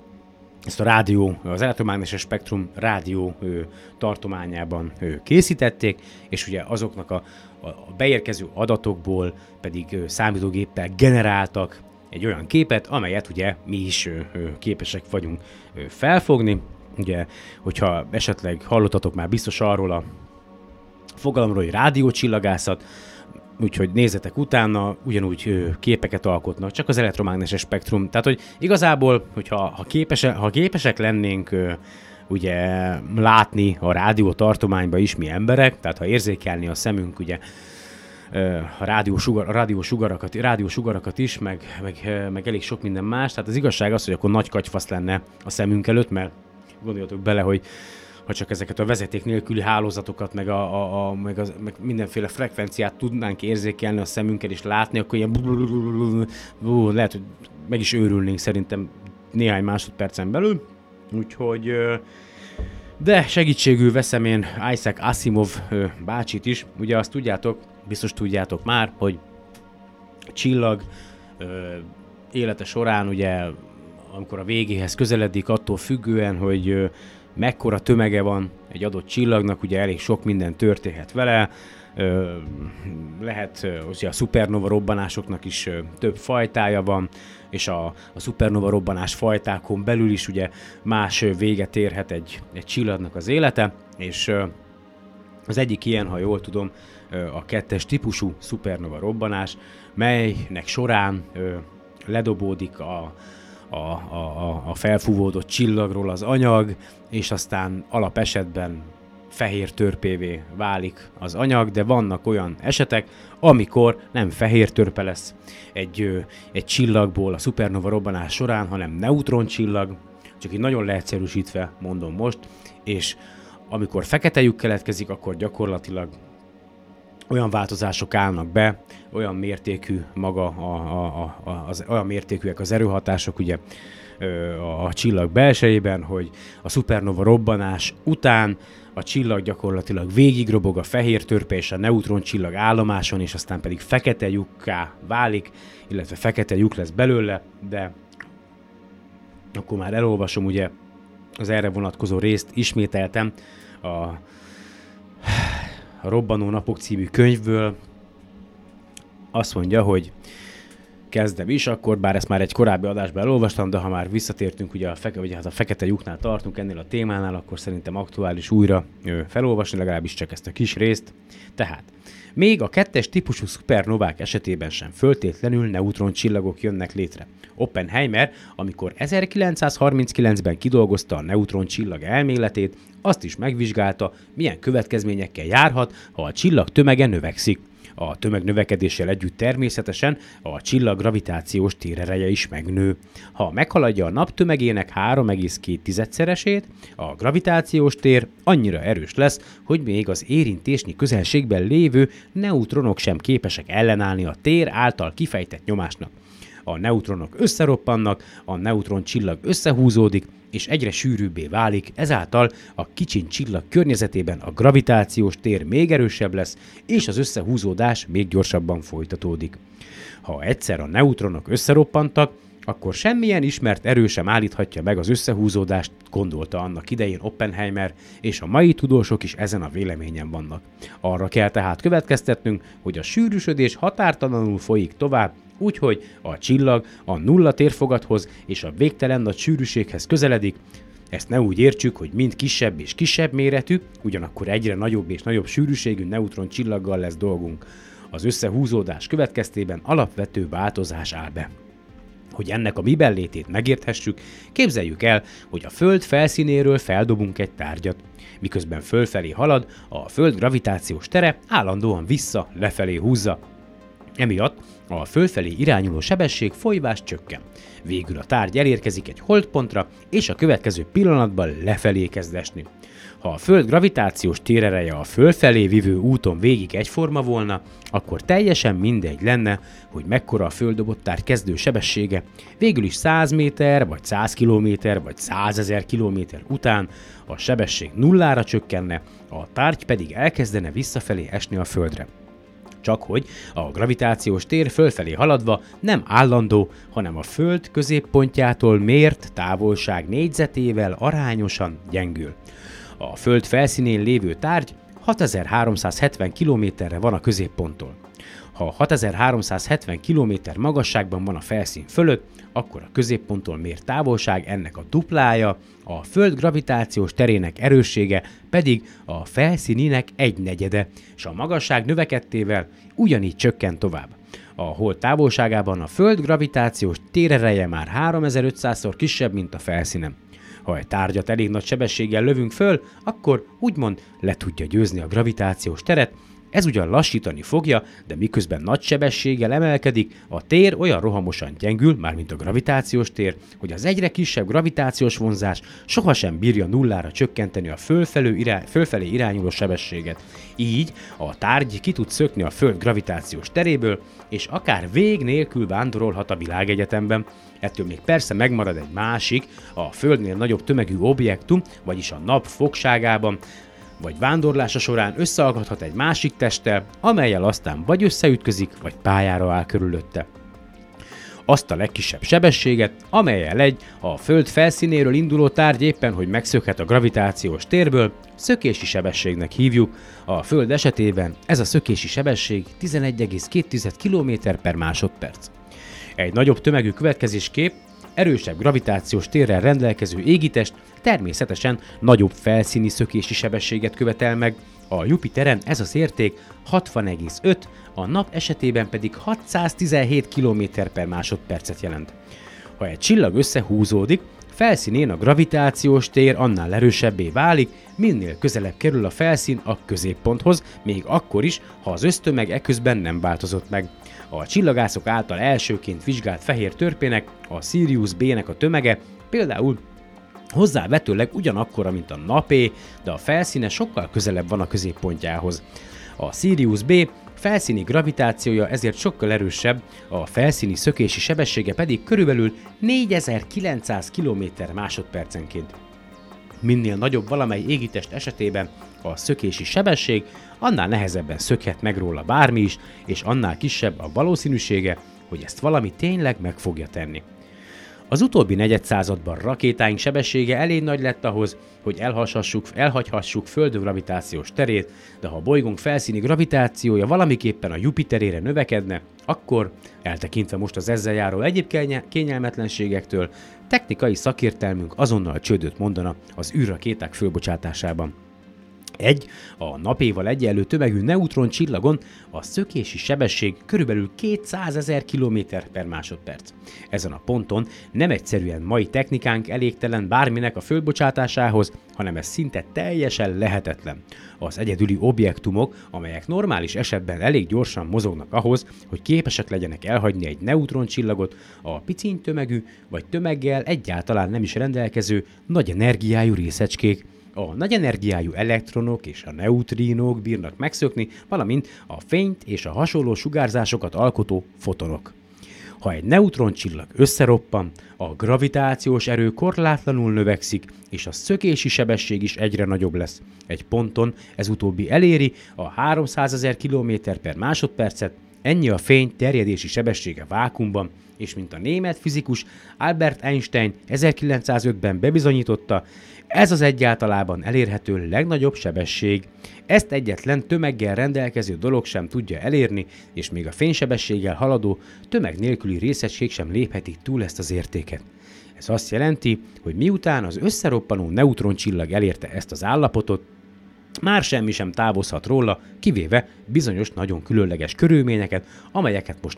az elektromágneses spektrum rádió tartományában készítették, és ugye azoknak a beérkező adatokból pedig számítógéppel generáltak egy olyan képet, amelyet ugye mi is képesek vagyunk felfogni. Ugye, hogyha esetleg hallottatok már biztos arról a fogalomról, hogy rádiócsillagászat, úgyhogy nézzetek utána, ugyanúgy képeket alkotnak, csak az elektromágneses spektrum. Tehát, hogy igazából, hogyha képesek lennénk ugye látni a rádió tartományba is mi emberek, tehát ha érzékelni a szemünk ugye a rádiósugarakat is, meg elég sok minden más, tehát az igazság az, hogy akkor nagy katyfasz lenne a szemünk előtt, mert gondoljatok bele, hogy ha csak ezeket a vezeték nélküli hálózatokat, meg mindenféle frekvenciát tudnánk érzékelni a szemünkkel és látni, akkor ilyen lehet, hogy meg is őrülnénk szerintem néhány másodpercen belül. Úgyhogy, de segítségül veszem én Isaac Asimov bácsit is. Ugye azt tudjátok, biztos tudjátok már, hogy a csillag élete során ugye, amikor a végéhez közeledik, attól függően, hogy mekkora tömege van egy adott csillagnak, ugye elég sok minden történhet vele, lehet, ugye a szupernova robbanásoknak is több fajtája van, és a szupernova robbanás fajtákon belül is ugye más véget érhet egy csillagnak az élete, és az egyik ilyen, ha jól tudom, a 2-es típusú szupernova robbanás, melynek során ledobódik a felfúvódott csillagról az anyag, és aztán alapesetben fehér törpévé válik az anyag, de vannak olyan esetek, amikor nem fehér törpe lesz egy csillagból a szupernova robbanás során, hanem neutroncsillag, csak így nagyon leegyszerűsítve mondom most, és amikor fekete lyuk keletkezik, akkor gyakorlatilag olyan változások állnak be, olyan mértékű olyan mértékűek az erőhatások ugye a csillag belsejében, hogy a szupernova robbanás után a csillag gyakorlatilag végigrobog a fehér törpe és a neutroncsillag állomáson, és aztán pedig fekete lyukká válik, illetve fekete lyuk lesz belőle, de akkor már elolvasom ugye az erre vonatkozó részt, ismételtem a Robbanó napok című könyvből. Azt mondja, hogy kezdem is, akkor bár ezt már egy korábbi adásban elolvastam, de ha már visszatértünk, ugye a fekete lyuknál tartunk ennél a témánál, akkor szerintem aktuális újra felolvasni, legalábbis csak ezt a kis részt. Tehát, még a 2-es típusú szupernovák esetében sem föltétlenül neutroncsillagok jönnek létre. Oppenheimer, amikor 1939-ben kidolgozta a neutroncsillag elméletét, azt is megvizsgálta, milyen következményekkel járhat, ha a csillag tömege növekszik. A tömegnövekedéssel együtt természetesen a csillag gravitációs térereje is megnő. Ha meghaladja a nap tömegének 3,2-szeresét, a gravitációs tér annyira erős lesz, hogy még az érintésnyi közelségben lévő neutronok sem képesek ellenállni a tér által kifejtett nyomásnak. A neutronok összeroppannak, a neutroncsillag összehúzódik, és egyre sűrűbbé válik, ezáltal a kicsiny csillag környezetében a gravitációs tér még erősebb lesz, és az összehúzódás még gyorsabban folytatódik. Ha egyszer a neutronok összeroppantak, akkor semmilyen ismert erő sem állíthatja meg az összehúzódást, gondolta annak idején Oppenheimer, és a mai tudósok is ezen a véleményen vannak. Arra kell tehát következtetnünk, hogy a sűrűsödés határtalanul folyik tovább, úgyhogy a csillag a nulla térfogathoz és a végtelen nagy sűrűséghez közeledik. Ezt ne úgy értsük, hogy mind kisebb és kisebb méretű, ugyanakkor egyre nagyobb és nagyobb sűrűségű neutroncsillaggal lesz dolgunk. Az összehúzódás következtében alapvető változás áll be. Hogy ennek a mibenlétét megérthessük, képzeljük el, hogy a Föld felszínéről feldobunk egy tárgyat. Miközben fölfelé halad, a Föld gravitációs tere állandóan lefelé húzza. Emiatt a fölfelé irányuló sebesség folyvást csökken. Végül a tárgy elérkezik egy holdpontra, és a következő pillanatban lefelé kezd esni. Ha a Föld gravitációs térereje a fölfelé vivő úton végig egyforma volna, akkor teljesen mindegy lenne, hogy mekkora a földobott tárgy kezdő sebessége. Végül is 100 méter, vagy 100 kilométer, vagy 100 000 kilométer után a sebesség nullára csökkenne, a tárgy pedig elkezdene visszafelé esni a Földre. Csak hogy a gravitációs tér fölfelé haladva nem állandó, hanem a Föld középpontjától mért távolság négyzetével arányosan gyengül. A Föld felszínén lévő tárgy 6370 kilométerre van a középponttól. Ha 6370 km magasságban van a felszín fölött, akkor a középponttól mért távolság ennek a duplája, a Föld gravitációs terének erőssége pedig a felszíninek 1/4, és a magasság növekedtével ugyanígy csökken tovább. A hold távolságában a Föld gravitációs térereje már 3500-szor kisebb, mint a felszínen. Ha egy tárgyat elég nagy sebességgel lövünk föl, akkor úgymond le tudja győzni a gravitációs teret. Ez ugyan lassítani fogja, de miközben nagy sebességgel emelkedik, a tér olyan rohamosan gyengül, mármint a gravitációs tér, hogy az egyre kisebb gravitációs vonzás sohasem bírja nullára csökkenteni a fölfelé irányuló sebességet. Így a tárgy ki tud szökni a Föld gravitációs teréből, és akár vég nélkül vándorolhat a világegyetemben. Ettől még persze megmarad egy másik, a Földnél nagyobb tömegű objektum, vagyis a nap fogságában, vagy vándorlása során összeakadhat egy másik testtel, amellyel aztán vagy összeütközik, vagy pályára áll körülötte. Azt a legkisebb sebességet, amellyel a Föld felszínéről induló tárgy éppen, hogy megszökhet a gravitációs térből, szökési sebességnek hívjuk. A Föld esetében ez a szökési sebesség 11,2 km/másodperc. Egy nagyobb tömegű következésképp erősebb gravitációs térrel rendelkező égitest természetesen nagyobb felszíni szökési sebességet követel meg. A Jupiteren ez az érték 60,5, a Nap esetében pedig 617 km/másodpercet jelent. Ha egy csillag összehúzódik, felszínén a gravitációs tér annál erősebbé válik, minél közelebb kerül a felszín a középponthoz, még akkor is, ha az össztömeg eközben nem változott meg. A csillagászok által elsőként vizsgált fehér törpének, a Sirius B-nek a tömege például hozzávetőleg ugyanakkora, mint a Napé, de a felszíne sokkal közelebb van a középpontjához. A Sirius B felszíni gravitációja ezért sokkal erősebb, a felszíni szökési sebessége pedig körülbelül 4900 km/másodpercenként. Minél nagyobb valamely égitest esetében a szökési sebesség, annál nehezebben szökhet meg róla bármi is, és annál kisebb a valószínűsége, hogy ezt valami tényleg meg fogja tenni. Az utóbbi negyedszázadban rakétáink sebessége elég nagy lett ahhoz, hogy elhagyhassuk Föld gravitációs terét, de ha a bolygónk felszíni gravitációja valamiképpen a Jupiterére növekedne, Akkor, eltekintve most az ezzel járó egyéb kényelmetlenségektől, technikai szakértelmünk azonnal csődöt mondana az űrrakéták fölbocsátásában. A napéval egyenlő tömegű neutron csillagon a szökési sebesség körülbelül 200 000 km/másodperc. Ezen a ponton nem egyszerűen mai technikánk elégtelen bárminek a fölbocsátásához, hanem ez szinte teljesen lehetetlen. Az egyedüli objektumok, amelyek normális esetben elég gyorsan mozognak ahhoz, hogy képesek legyenek elhagyni egy neutroncsillagot, a piciny tömegű vagy tömeggel egyáltalán nem is rendelkező nagy energiájú részecskék. A nagy energiájú elektronok és a neutrinók bírnak megszökni, valamint a fényt és a hasonló sugárzásokat alkotó fotonok. Ha egy neutroncsillag összeroppan, a gravitációs erő korlátlanul növekszik, és a szökési sebesség is egyre nagyobb lesz. Egy ponton ez utóbbi eléri a 300 000 km/másodpercet, ennyi a fény terjedési sebessége vákuumban, és mint a német fizikus Albert Einstein 1905-ben bebizonyította, ez az egyáltalában elérhető legnagyobb sebesség. Ezt egyetlen tömeggel rendelkező dolog sem tudja elérni, és még a fénysebességgel haladó, tömeg nélküli részegység sem lépheti túl ezt az értéket. Ez azt jelenti, hogy miután az összeroppanó neutroncsillag elérte ezt az állapotot, már semmi sem távozhat róla, kivéve bizonyos nagyon különleges körülményeket, amelyek most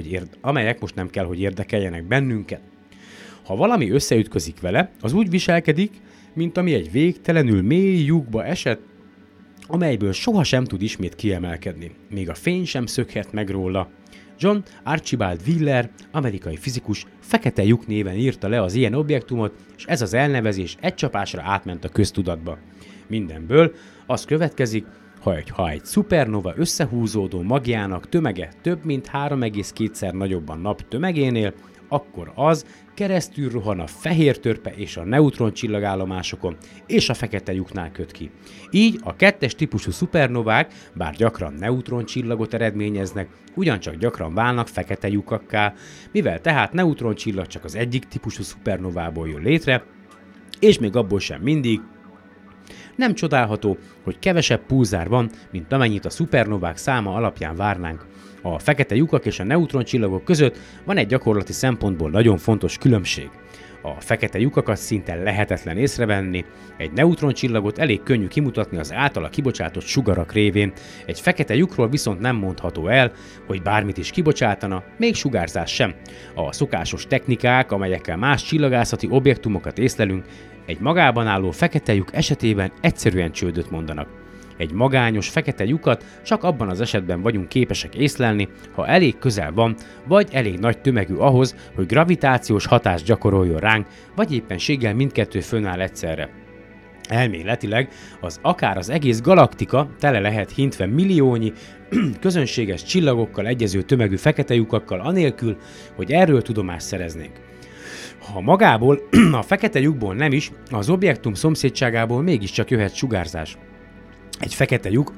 nem kell, hogy érdekeljenek bennünket. Ha valami összeütközik vele, az úgy viselkedik, mint ami egy végtelenül mély lyukba esett, amelyből sohasem tud ismét kiemelkedni. Még a fény sem szökhet meg róla. John Archibald Wheeler, amerikai fizikus, fekete lyuk néven írta le az ilyen objektumot, és ez az elnevezés egy csapásra átment a köztudatba. Mindenből az következik, ha egy szupernova összehúzódó magjának tömege több mint 3,2-szer nagyobb a nap tömegénél, akkor az keresztül rohan a fehér törpe és a neutroncsillagállomásokon, és a fekete lyuknál köt ki. Így a 2-es típusú szupernovák, bár gyakran neutroncsillagot eredményeznek, ugyancsak gyakran válnak fekete lyukakká, mivel tehát neutroncsillag csak az egyik típusú szupernovából jön létre, és még abból sem mindig. Nem csodálható, hogy kevesebb pulzár van, mint amennyit a szupernovák száma alapján várnánk. A fekete lyukak és a neutroncsillagok között van egy gyakorlati szempontból nagyon fontos különbség. A fekete lyukakat szinte lehetetlen észrevenni, egy neutroncsillagot elég könnyű kimutatni az általa kibocsátott sugarak révén, egy fekete lyukról viszont nem mondható el, hogy bármit is kibocsátana, még sugárzás sem. A szokásos technikák, amelyekkel más csillagászati objektumokat észlelünk, egy magában álló fekete lyuk esetében egyszerűen csődöt mondanak. Egy magányos fekete lyukat csak abban az esetben vagyunk képesek észlelni, ha elég közel van, vagy elég nagy tömegű ahhoz, hogy gravitációs hatást gyakoroljon ránk, vagy éppenséggel mindkettő fönnáll egyszerre. Elméletileg akár az egész galaktika tele lehet hintve milliónyi közönséges csillagokkal egyező tömegű fekete lyukakkal anélkül, hogy erről tudomást szereznénk. Ha magából, a fekete lyukból nem is, az objektum szomszédságából mégiscsak jöhet sugárzás. Egy fekete lyuk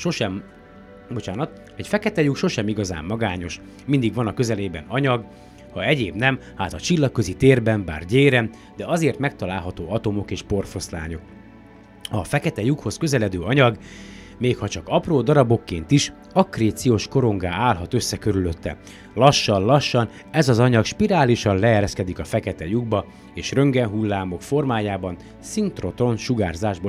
sosem igazán magányos, mindig van a közelében anyag, ha egyéb nem, hát a csillagközi térben, bár gyéren, de azért megtalálható atomok és porfoszlányok. A fekete lyukhoz közeledő anyag, még ha csak apró darabokként is, akkréciós korongá állhat össze körülötte. Lassan ez az anyag spirálisan leereszkedik a fekete lyukba, és röntgenhullámok formájában szinkrotron sugárzást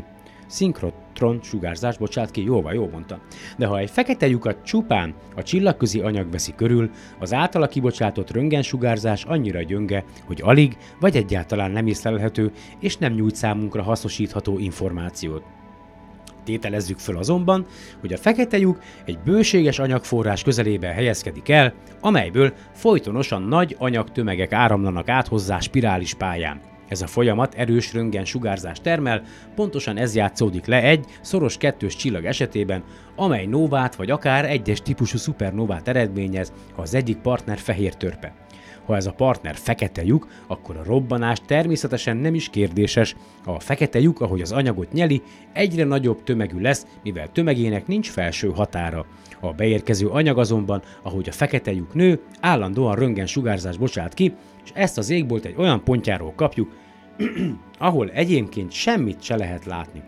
bocsát ki. Jól mondta. De ha egy fekete lyukat csupán a csillagközi anyag veszi körül, az általa kibocsátott röntgensugárzás annyira gyönge, hogy alig vagy egyáltalán nem észlelhető, és nem nyújt számunkra hasznosítható információt. Tételezzük föl azonban, hogy a fekete lyuk egy bőséges anyagforrás közelében helyezkedik el, amelyből folytonosan nagy anyagtömegek áramlanak át hozzá spirális pályán. Ez a folyamat erős röntgensugárzást termel, pontosan ez játszódik le egy szoros kettős csillag esetében, amely nóvát vagy akár egyes típusú szupernóvát eredményez, ha az egyik partner fehér törpe. Ha ez a partner fekete lyuk, akkor a robbanás természetesen nem is kérdéses. A fekete lyuk, ahogy az anyagot nyeli, egyre nagyobb tömegű lesz, mivel tömegének nincs felső határa. A beérkező anyag azonban, ahogy a fekete lyuk nő, állandóan röntgensugárzást bocsát ki, és ezt az égbolt egy olyan pontjáról kapjuk, ahol egyébként semmit se lehet látni.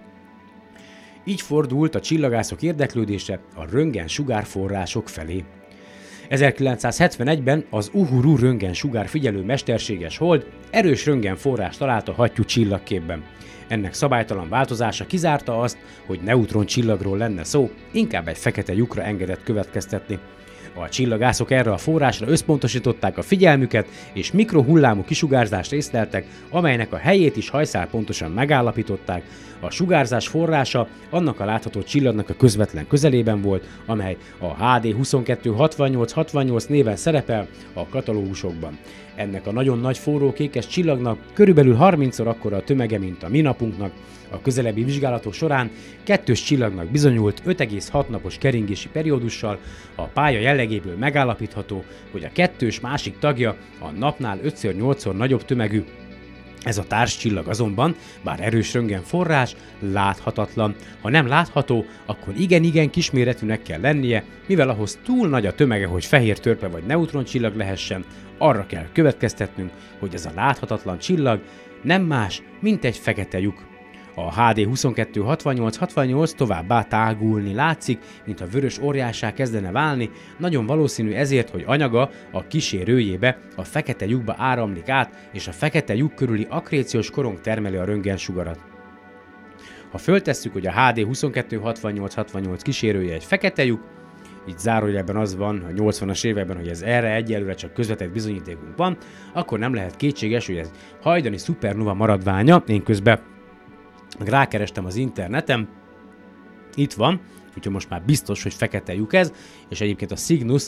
Így fordult a csillagászok érdeklődése a röntgensugárforrások felé. 1971-ben az Uhuru röntgen sugárfigyelő mesterséges hold erős röntgenforrást talált a hattyú csillagképben. Ennek szabálytalan változása kizárta azt, hogy neutron csillagról lenne szó, inkább egy fekete lyukra engedett következtetni. A csillagászok erre a forrásra összpontosították a figyelmüket, és mikrohullámú kisugárzást észleltek, amelynek a helyét is hajszálpontosan megállapították. A sugárzás forrása annak a látható csillagnak a közvetlen közelében volt, amely a HD 226868 néven szerepel a katalógusokban. Ennek a nagyon nagy forró kékes csillagnak körülbelül 30-szor akkora a tömege, mint a mi napunknak. A közelebbi vizsgálatok során kettős csillagnak bizonyult 5,6 napos keringési periódussal, a pálya jellegéből megállapítható, hogy a kettős másik tagja a napnál 5-8-szor nagyobb tömegű. Ez a társcsillag azonban, bár erős röntgenforrás, láthatatlan. Ha nem látható, akkor igen-igen kisméretűnek kell lennie, mivel ahhoz túl nagy a tömege, hogy fehér törpe vagy neutroncsillag lehessen, arra kell következtetnünk, hogy ez a láthatatlan csillag nem más, mint egy fekete lyuk. A HD 226868 továbbá tágulni látszik, mint a vörös óriássá kezdene válni, nagyon valószínű ezért, hogy anyaga a kísérőjébe, a fekete lyukba áramlik át, és a fekete lyuk körüli akkréciós korong termeli a röntgensugarat. Ha föltesszük, hogy a HD 226868 kísérője egy fekete lyuk, így zárójelben az van a 80-as években, hogy ez erre egyelőre csak közvetett bizonyítékunk van, akkor nem lehet kétséges, hogy ez hajdani szupernova maradványa. Én közben rákerestem az interneten, itt van, úgyhogy most már biztos, hogy fekete lyuk ez, és egyébként a Cygnus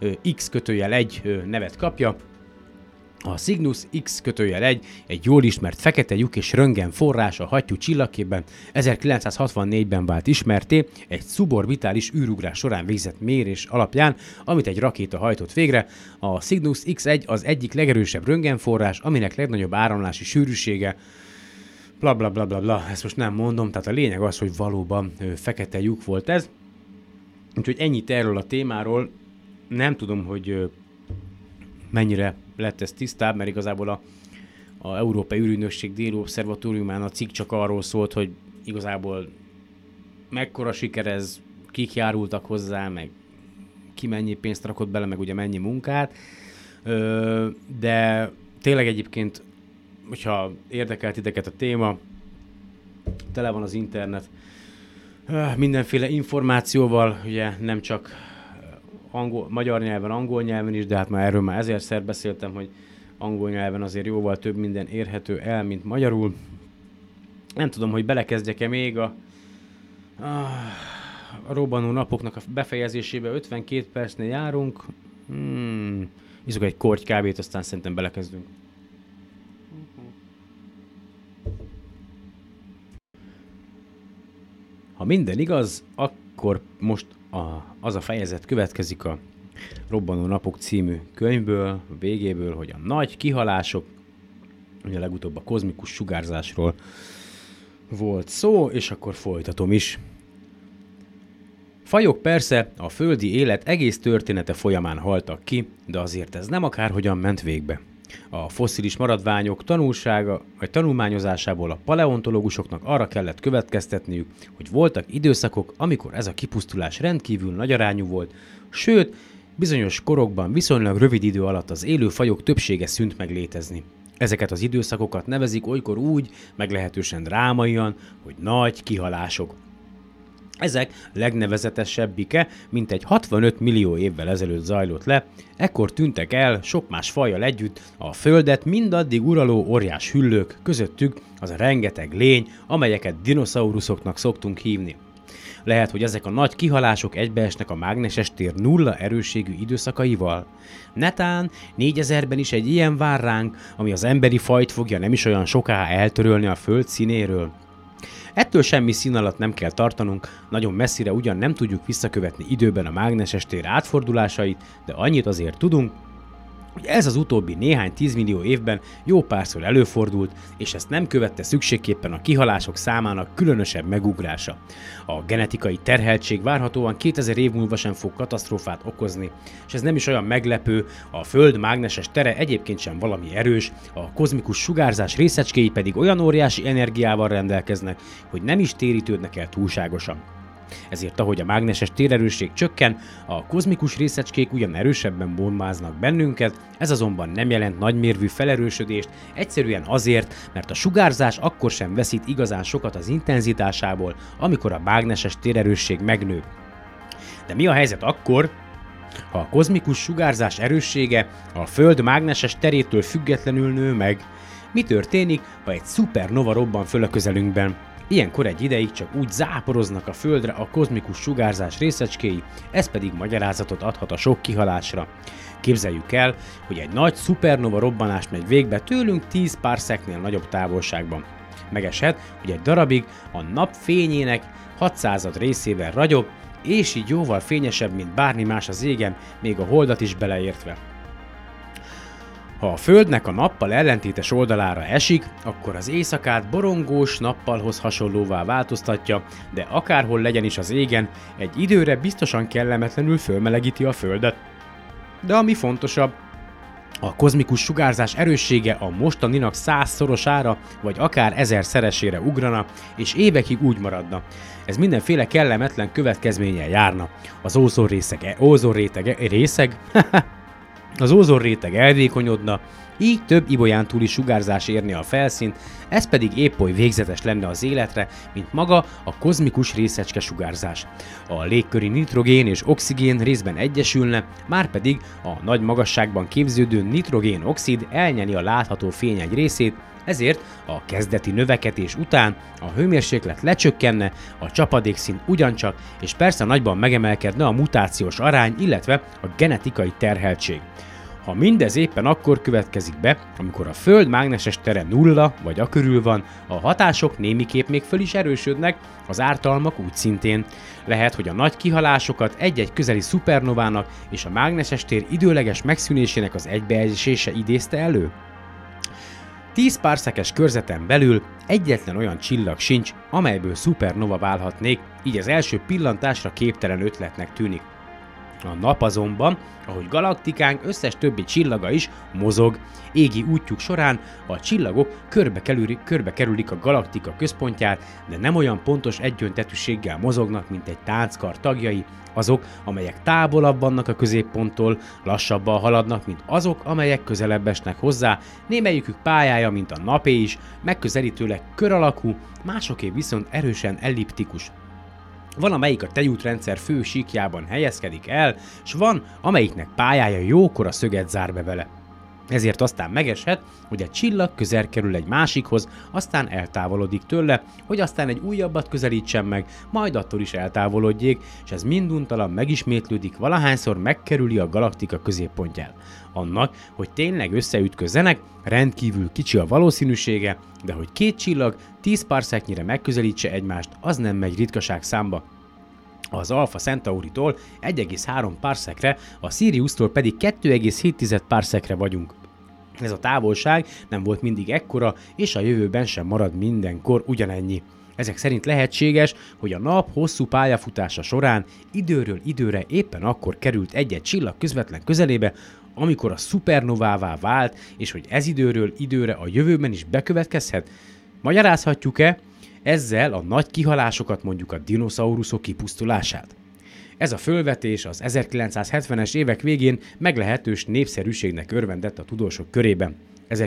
X-1 nevet kapja. A Cygnus X-1 egy jól ismert fekete lyuk és röntgen forrás a hattyú csillagképben 1964-ben vált ismerté egy szuborbitális űrugrás során végzett mérés alapján, amit egy rakéta hajtott végre. A Cygnus X1 az egyik legerősebb röntgenforrás, aminek legnagyobb áramlási sűrűsége, blablabla, ezt most nem mondom, tehát a lényeg az, hogy valóban fekete lyuk volt ez. Úgyhogy ennyit erről a témáról, nem tudom, hogy mennyire lett ez tisztább, mert igazából a Európai űrügynökség déli obszervatóriumán a cikk csak arról szólt, hogy igazából mekkora siker ez, kik járultak hozzá, meg ki mennyi pénzt rakott bele, meg ugye mennyi munkát, de tényleg egyébként, hogyha érdekelt titeket a téma, tele van az internet mindenféle információval, ugye nem csak magyar nyelven, angol nyelven is, de hát már erről már ezerszer beszéltem, hogy angol nyelven azért jóval több minden érhető el, mint magyarul. Nem tudom, hogy belekezdjek-e még a robbanó napoknak a befejezésébe. 52 percnél járunk. Iszok egy korty kávét, aztán szerintem belekezdünk. Ha minden igaz, akkor most az a fejezet következik a Robbanó napok című könyvből, a végéből, hogy a nagy kihalások, ugye legutóbb a kozmikus sugárzásról volt szó, és akkor folytatom is. Fajok persze a földi élet egész története folyamán haltak ki, de azért ez nem akárhogyan ment végbe. A fosszilis maradványok tanulmányozásából a paleontológusoknak arra kellett következtetniük, hogy voltak időszakok, amikor ez a kipusztulás rendkívül nagyarányú volt, sőt, bizonyos korokban viszonylag rövid idő alatt az élő fajok többsége szűnt meg létezni. Ezeket az időszakokat nevezik olykor úgy, meglehetősen drámaian, hogy nagy kihalások. Ezek legnevezetesebbike mintegy 65 millió évvel ezelőtt zajlott le, ekkor tűntek el sok más fajjal együtt a Földet mindaddig uraló óriás hüllők, közöttük az a rengeteg lény, amelyeket dinoszauruszoknak szoktunk hívni. Lehet, hogy ezek a nagy kihalások egybeesnek a mágneses tér nulla erősségű időszakaival? Netán 4000-ben is egy ilyen vár ránk, ami az emberi fajt fogja nem is olyan soká eltörölni a Föld színéről. Ettől semmi szín alatt nem kell tartanunk, nagyon messzire ugyan nem tudjuk visszakövetni időben a mágneses tér átfordulásait, de annyit azért tudunk, hogy ez az utóbbi néhány 10 millió évben jó párszor előfordult, és ezt nem követte szükségképpen a kihalások számának különösebb megugrása. A genetikai terheltség várhatóan 2000 év múlva sem fog katasztrófát okozni, és ez nem is olyan meglepő, a Föld mágneses tere egyébként sem valami erős, a kozmikus sugárzás részecskéi pedig olyan óriási energiával rendelkeznek, hogy nem is térítődnek el túlságosan. Ezért ahogy a mágneses térerősség csökken, a kozmikus részecskék ugyan erősebben bombáznak bennünket, ez azonban nem jelent nagymérvű felerősödést, egyszerűen azért, mert a sugárzás akkor sem veszít igazán sokat az intenzitásából, amikor a mágneses térerősség megnő. De mi a helyzet akkor, ha a kozmikus sugárzás erőssége a Föld mágneses terétől függetlenül nő meg? Mi történik, ha egy szupernova robban föl a közelünkben? Ilyenkor egy ideig csak úgy záporoznak a Földre a kozmikus sugárzás részecskéi, ez pedig magyarázatot adhat a sok kihalásra. Képzeljük el, hogy egy nagy szupernova robbanás megy végbe tőlünk 10 párszeknél nagyobb távolságban. Megeshet, hogy egy darabig a nap fényének 600 részével ragyog, és így jóval fényesebb, mint bármi más az égen, még a holdat is beleértve. Ha a Földnek a nappal ellentétes oldalára esik, akkor az éjszakát borongós nappalhoz hasonlóvá változtatja, de akárhol legyen is az égen, egy időre biztosan kellemetlenül fölmelegíti a Földet. De ami fontosabb, a kozmikus sugárzás erőssége a mostaninak 100-szorosára, vagy akár 1000-szeresére ugrana, és évekig úgy maradna. Ez mindenféle kellemetlen következménnyel járna. Az ózonréteg elvékonyodna, így több ibolyántúli sugárzás érni a felszínt, ez pedig épp oly végzetes lenne az életre, mint maga a kozmikus részecske sugárzás. A légköri nitrogén és oxigén részben egyesülne, márpedig a nagy magasságban képződő nitrogén-oxid elnyeli a látható fény egy részét, ezért a kezdeti növekedés után a hőmérséklet lecsökkenne, a csapadékszint ugyancsak, és persze nagyban megemelkedne a mutációs arány, illetve a genetikai terheltség. Ha mindez éppen akkor következik be, amikor a Föld mágneses tere nulla vagy akörül van, a hatások némiképp még föl is erősödnek, az ártalmak úgy szintén. Lehet, hogy a nagy kihalásokat egy-egy közeli szupernovának és a mágneses tér időleges megszűnésének az egybeesése idézte elő? 10 párszekes körzeten belül egyetlen olyan csillag sincs, amelyből szupernova válhatnék, így az első pillantásra képtelen ötletnek tűnik. A nap azonban, ahogy galaktikánk összes többi csillaga is mozog, égi útjuk során a csillagok körbe kerülik a galaktika központját, de nem olyan pontos egyöntetűséggel mozognak, mint egy tánckar tagjai, azok, amelyek távolabb vannak a középponttól, lassabban haladnak, mint azok, amelyek közelebb esnek hozzá, némelyikük pályája, mint a napé is, megközelítőleg kör alakú, másoké viszont erősen elliptikus. Van, amelyik a tejútrendszer fő síkjában helyezkedik el, s van, amelyiknek pályája jókora szöget zár be vele. Ezért aztán megeshet, hogy egy csillag közel kerül egy másikhoz, aztán eltávolodik tőle, hogy aztán egy újabbat közelítsen meg, majd attól is eltávolodjék, és ez minduntalan megismétlődik, valahányszor megkerüli a galaktika középpontját. Annak, hogy tényleg összeütközzenek, rendkívül kicsi a valószínűsége, de hogy két csillag 10 párszeknyire megközelítse egymást, az nem megy ritkaság számba. Az Alpha Centauritól 1,3 párszekre, a Siriustól pedig 2,7 párszekre vagyunk. Ez a távolság nem volt mindig ekkora, és a jövőben sem marad mindenkor ugyanennyi. Ezek szerint lehetséges, hogy a nap hosszú pályafutása során időről időre éppen akkor került egy-egy csillag közvetlen közelébe, amikor a szupernovává vált, és hogy ez időről időre a jövőben is bekövetkezhet? Magyarázhatjuk-e ezzel a nagy kihalásokat, mondjuk a dinoszauruszok kipusztulását? Ez a fölvetés az 1970-es évek végén meglehetős népszerűségnek örvendett a tudósok körében.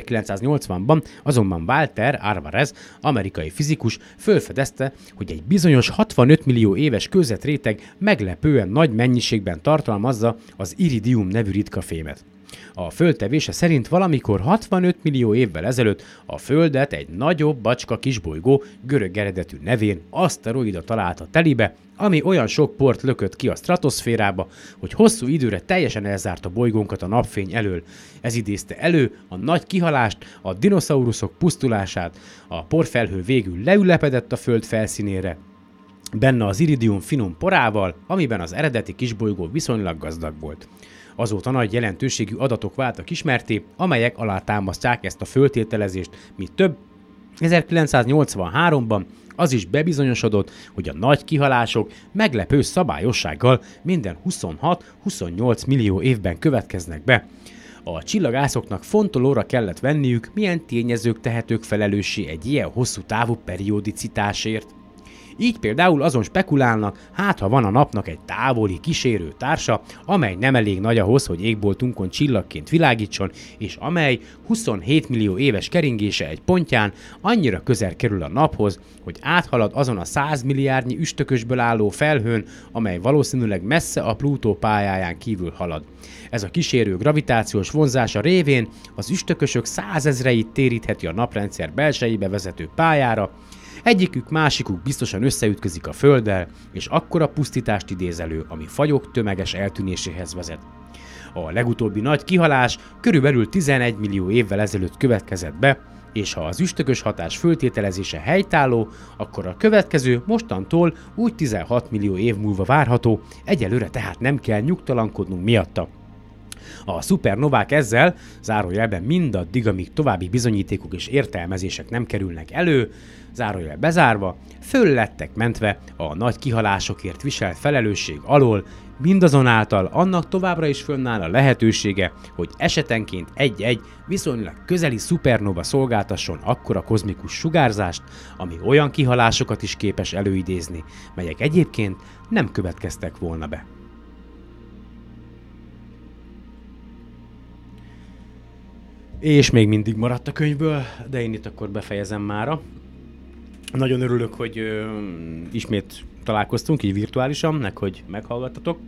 1980-ban azonban Walter Alvarez, amerikai fizikus fölfedezte, hogy egy bizonyos 65 millió éves kőzetréteg meglepően nagy mennyiségben tartalmazza az iridium nevű ritka fémet. A földtevése szerint valamikor 65 millió évvel ezelőtt a Földet egy nagyobb bacska kisbolygó görög eredetű nevén aszteroida találta telibe, ami olyan sok port lökött ki a stratoszférába, hogy hosszú időre teljesen elzárta bolygónkat a napfény elől. Ez idézte elő a nagy kihalást, a dinoszauruszok pusztulását, a porfelhő végül leülepedett a Föld felszínére, benne az iridium finom porával, amiben az eredeti kisbolygó viszonylag gazdag volt. Azóta nagy jelentőségű adatok váltak ismerté, amelyek alátámasztják ezt a föltételezést, mi több, 1983-ban az is bebizonyosodott, hogy a nagy kihalások meglepő szabályossággal minden 26-28 millió évben következnek be. A csillagászoknak fontolóra kellett venniük, milyen tényezők tehetők felelőssé egy ilyen hosszú távú periodicitásért. Így például azon spekulálnak, hát ha van a napnak egy távoli kísérő társa, amely nem elég nagy ahhoz, hogy égboltunkon csillagként világítson, és amely 27 millió éves keringése egy pontján annyira közel kerül a naphoz, hogy áthalad azon a 100 milliárdnyi üstökösből álló felhőn, amely valószínűleg messze a Plutó pályáján kívül halad. Ez a kísérő gravitációs vonzása révén az üstökösök 100 000-eit térítheti a naprendszer belsejébe vezető pályára, egyikük másikuk biztosan összeütközik a Földdel, és akkora pusztítást idéz elő, ami fagyok tömeges eltűnéséhez vezet. A legutóbbi nagy kihalás körülbelül 11 millió évvel ezelőtt következett be, és ha az üstökös hatás föltételezése helytálló, akkor a következő mostantól úgy 16 millió év múlva várható, egyelőre tehát nem kell nyugtalankodnunk miatta. A szupernovák ezzel, zárójelben mindaddig, amíg további bizonyítékok és értelmezések nem kerülnek elő, zárójel bezárva, föl lettek mentve a nagy kihalásokért viselt felelősség alól, mindazonáltal annak továbbra is fönnáll a lehetősége, hogy esetenként egy-egy viszonylag közeli szupernova szolgáltasson akkora kozmikus sugárzást, ami olyan kihalásokat is képes előidézni, melyek egyébként nem következtek volna be. És még mindig maradt a könyvből, de én itt akkor befejezem mára. Nagyon örülök, hogy ismét találkoztunk, így virtuálisan, meg hogy meghallgattatok.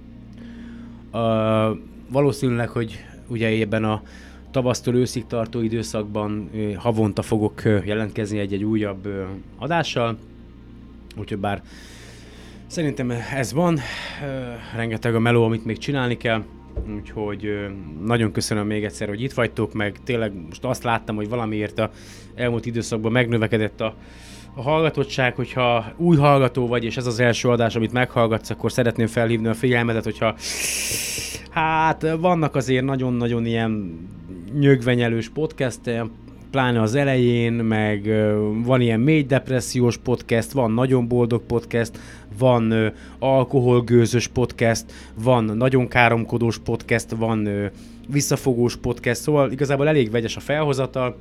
Valószínűleg, hogy ugye ebben a tavasztól őszig tartó időszakban havonta fogok jelentkezni egy újabb adással. Úgyhogy bár szerintem ez van, rengeteg a meló, amit még csinálni kell. Úgyhogy nagyon köszönöm még egyszer, hogy itt vagytok, meg tényleg most azt láttam, hogy valamiért a elmúlt időszakban megnövekedett a hallgatottság, hogyha új hallgató vagy, és ez az első adás, amit meghallgatsz, akkor szeretném felhívni a figyelmedet, hogyha hát vannak azért nagyon-nagyon ilyen nyögvenyelős podcast, pláne az elején, meg van ilyen mély depressziós podcast, van nagyon boldog podcast, van alkoholgőzös podcast, van nagyon káromkodós podcast, van visszafogós podcast, szóval igazából elég vegyes a felhozatal,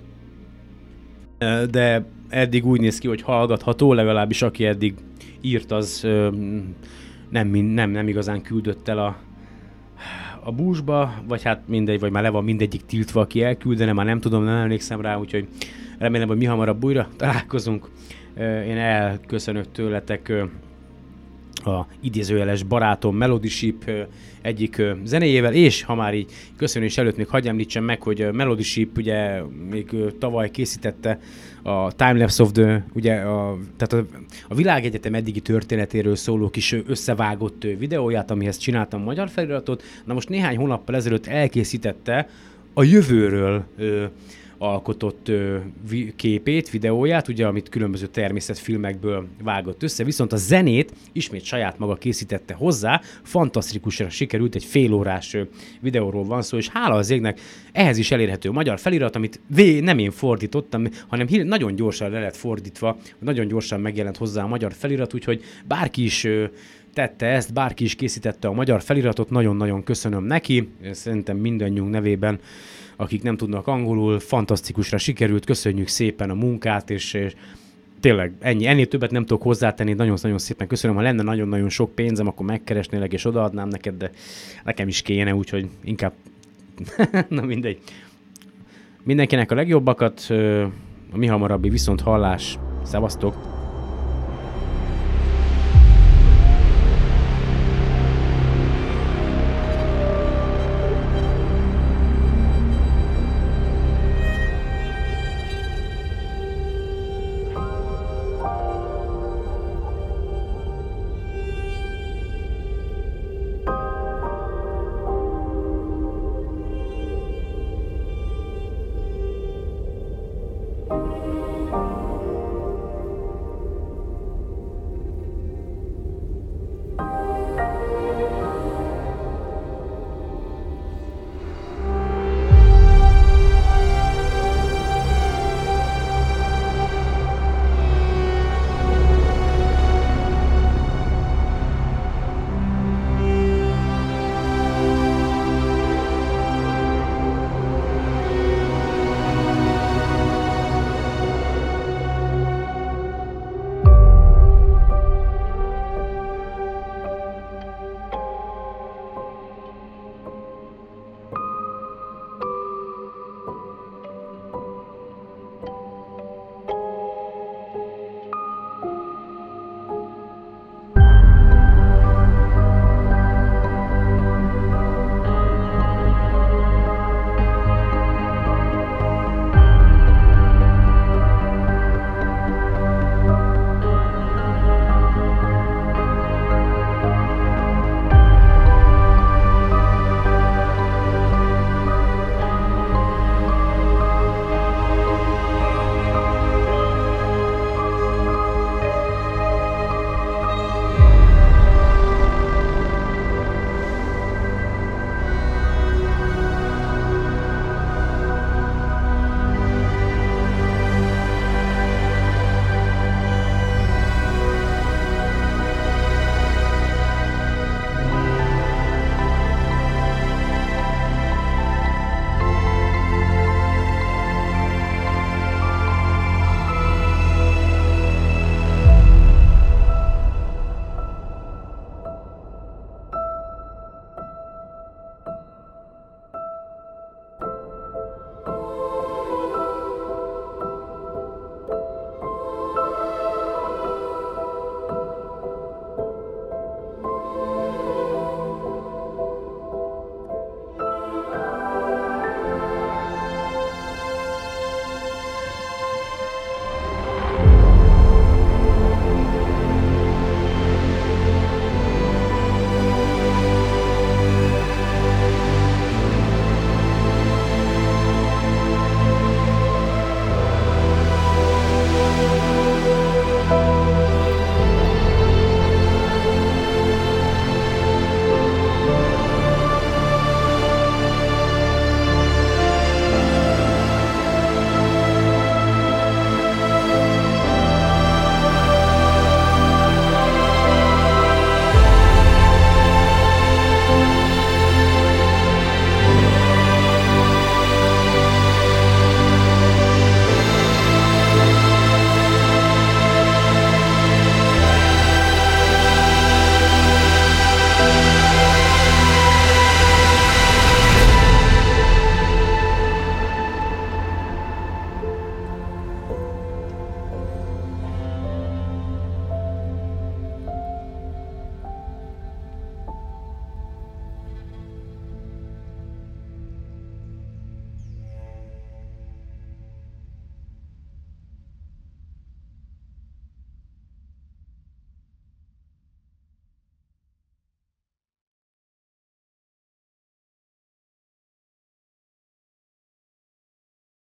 de eddig úgy néz ki, hogy hallgatható, legalábbis aki eddig írt, az nem igazán küldött el a búzsba, vagy hát mindegy, vagy már le van mindegyik tiltva, aki elküldene, már nem tudom, nem emlékszem rá, úgyhogy remélem, hogy mi hamarabb újra találkozunk. Én elköszönök tőletek a idézőjeles barátom Melody Ship egyik zenéjével, és ha már így köszönés előtt még hagyj említsem meg, hogy Melody Ship ugye még tavaly készítette a Timelapse of the, ugye tehát a világegyetem eddigi történetéről szóló kis összevágott videóját, amihez csináltam magyar feliratot. Na most néhány hónappal ezelőtt elkészítette a jövőről alkotott képét, videóját, ugye, amit különböző természetfilmekből vágott össze, viszont a zenét ismét saját maga készítette hozzá, fantasztikusra sikerült, egy félórás videóról van szó, és hála az égnek ehhez is elérhető magyar felirat, amit nem én fordítottam, hanem nagyon gyorsan le lett fordítva, nagyon gyorsan megjelent hozzá a magyar felirat, úgyhogy bárki is tette ezt, bárki is készítette a magyar feliratot, nagyon-nagyon köszönöm neki, szerintem mindannyiunk nevében, akik nem tudnak angolul, fantasztikusra sikerült, köszönjük szépen a munkát, és tényleg ennyi, ennél többet nem tudok hozzátenni, nagyon-nagyon szépen köszönöm, ha lenne nagyon-nagyon sok pénzem, akkor megkeresnélek és odaadnám neked, de nekem is kéne, úgyhogy inkább, na mindegy. Mindenkinek a legjobbakat, a mi hamarabbi viszont hallás, szevasztok!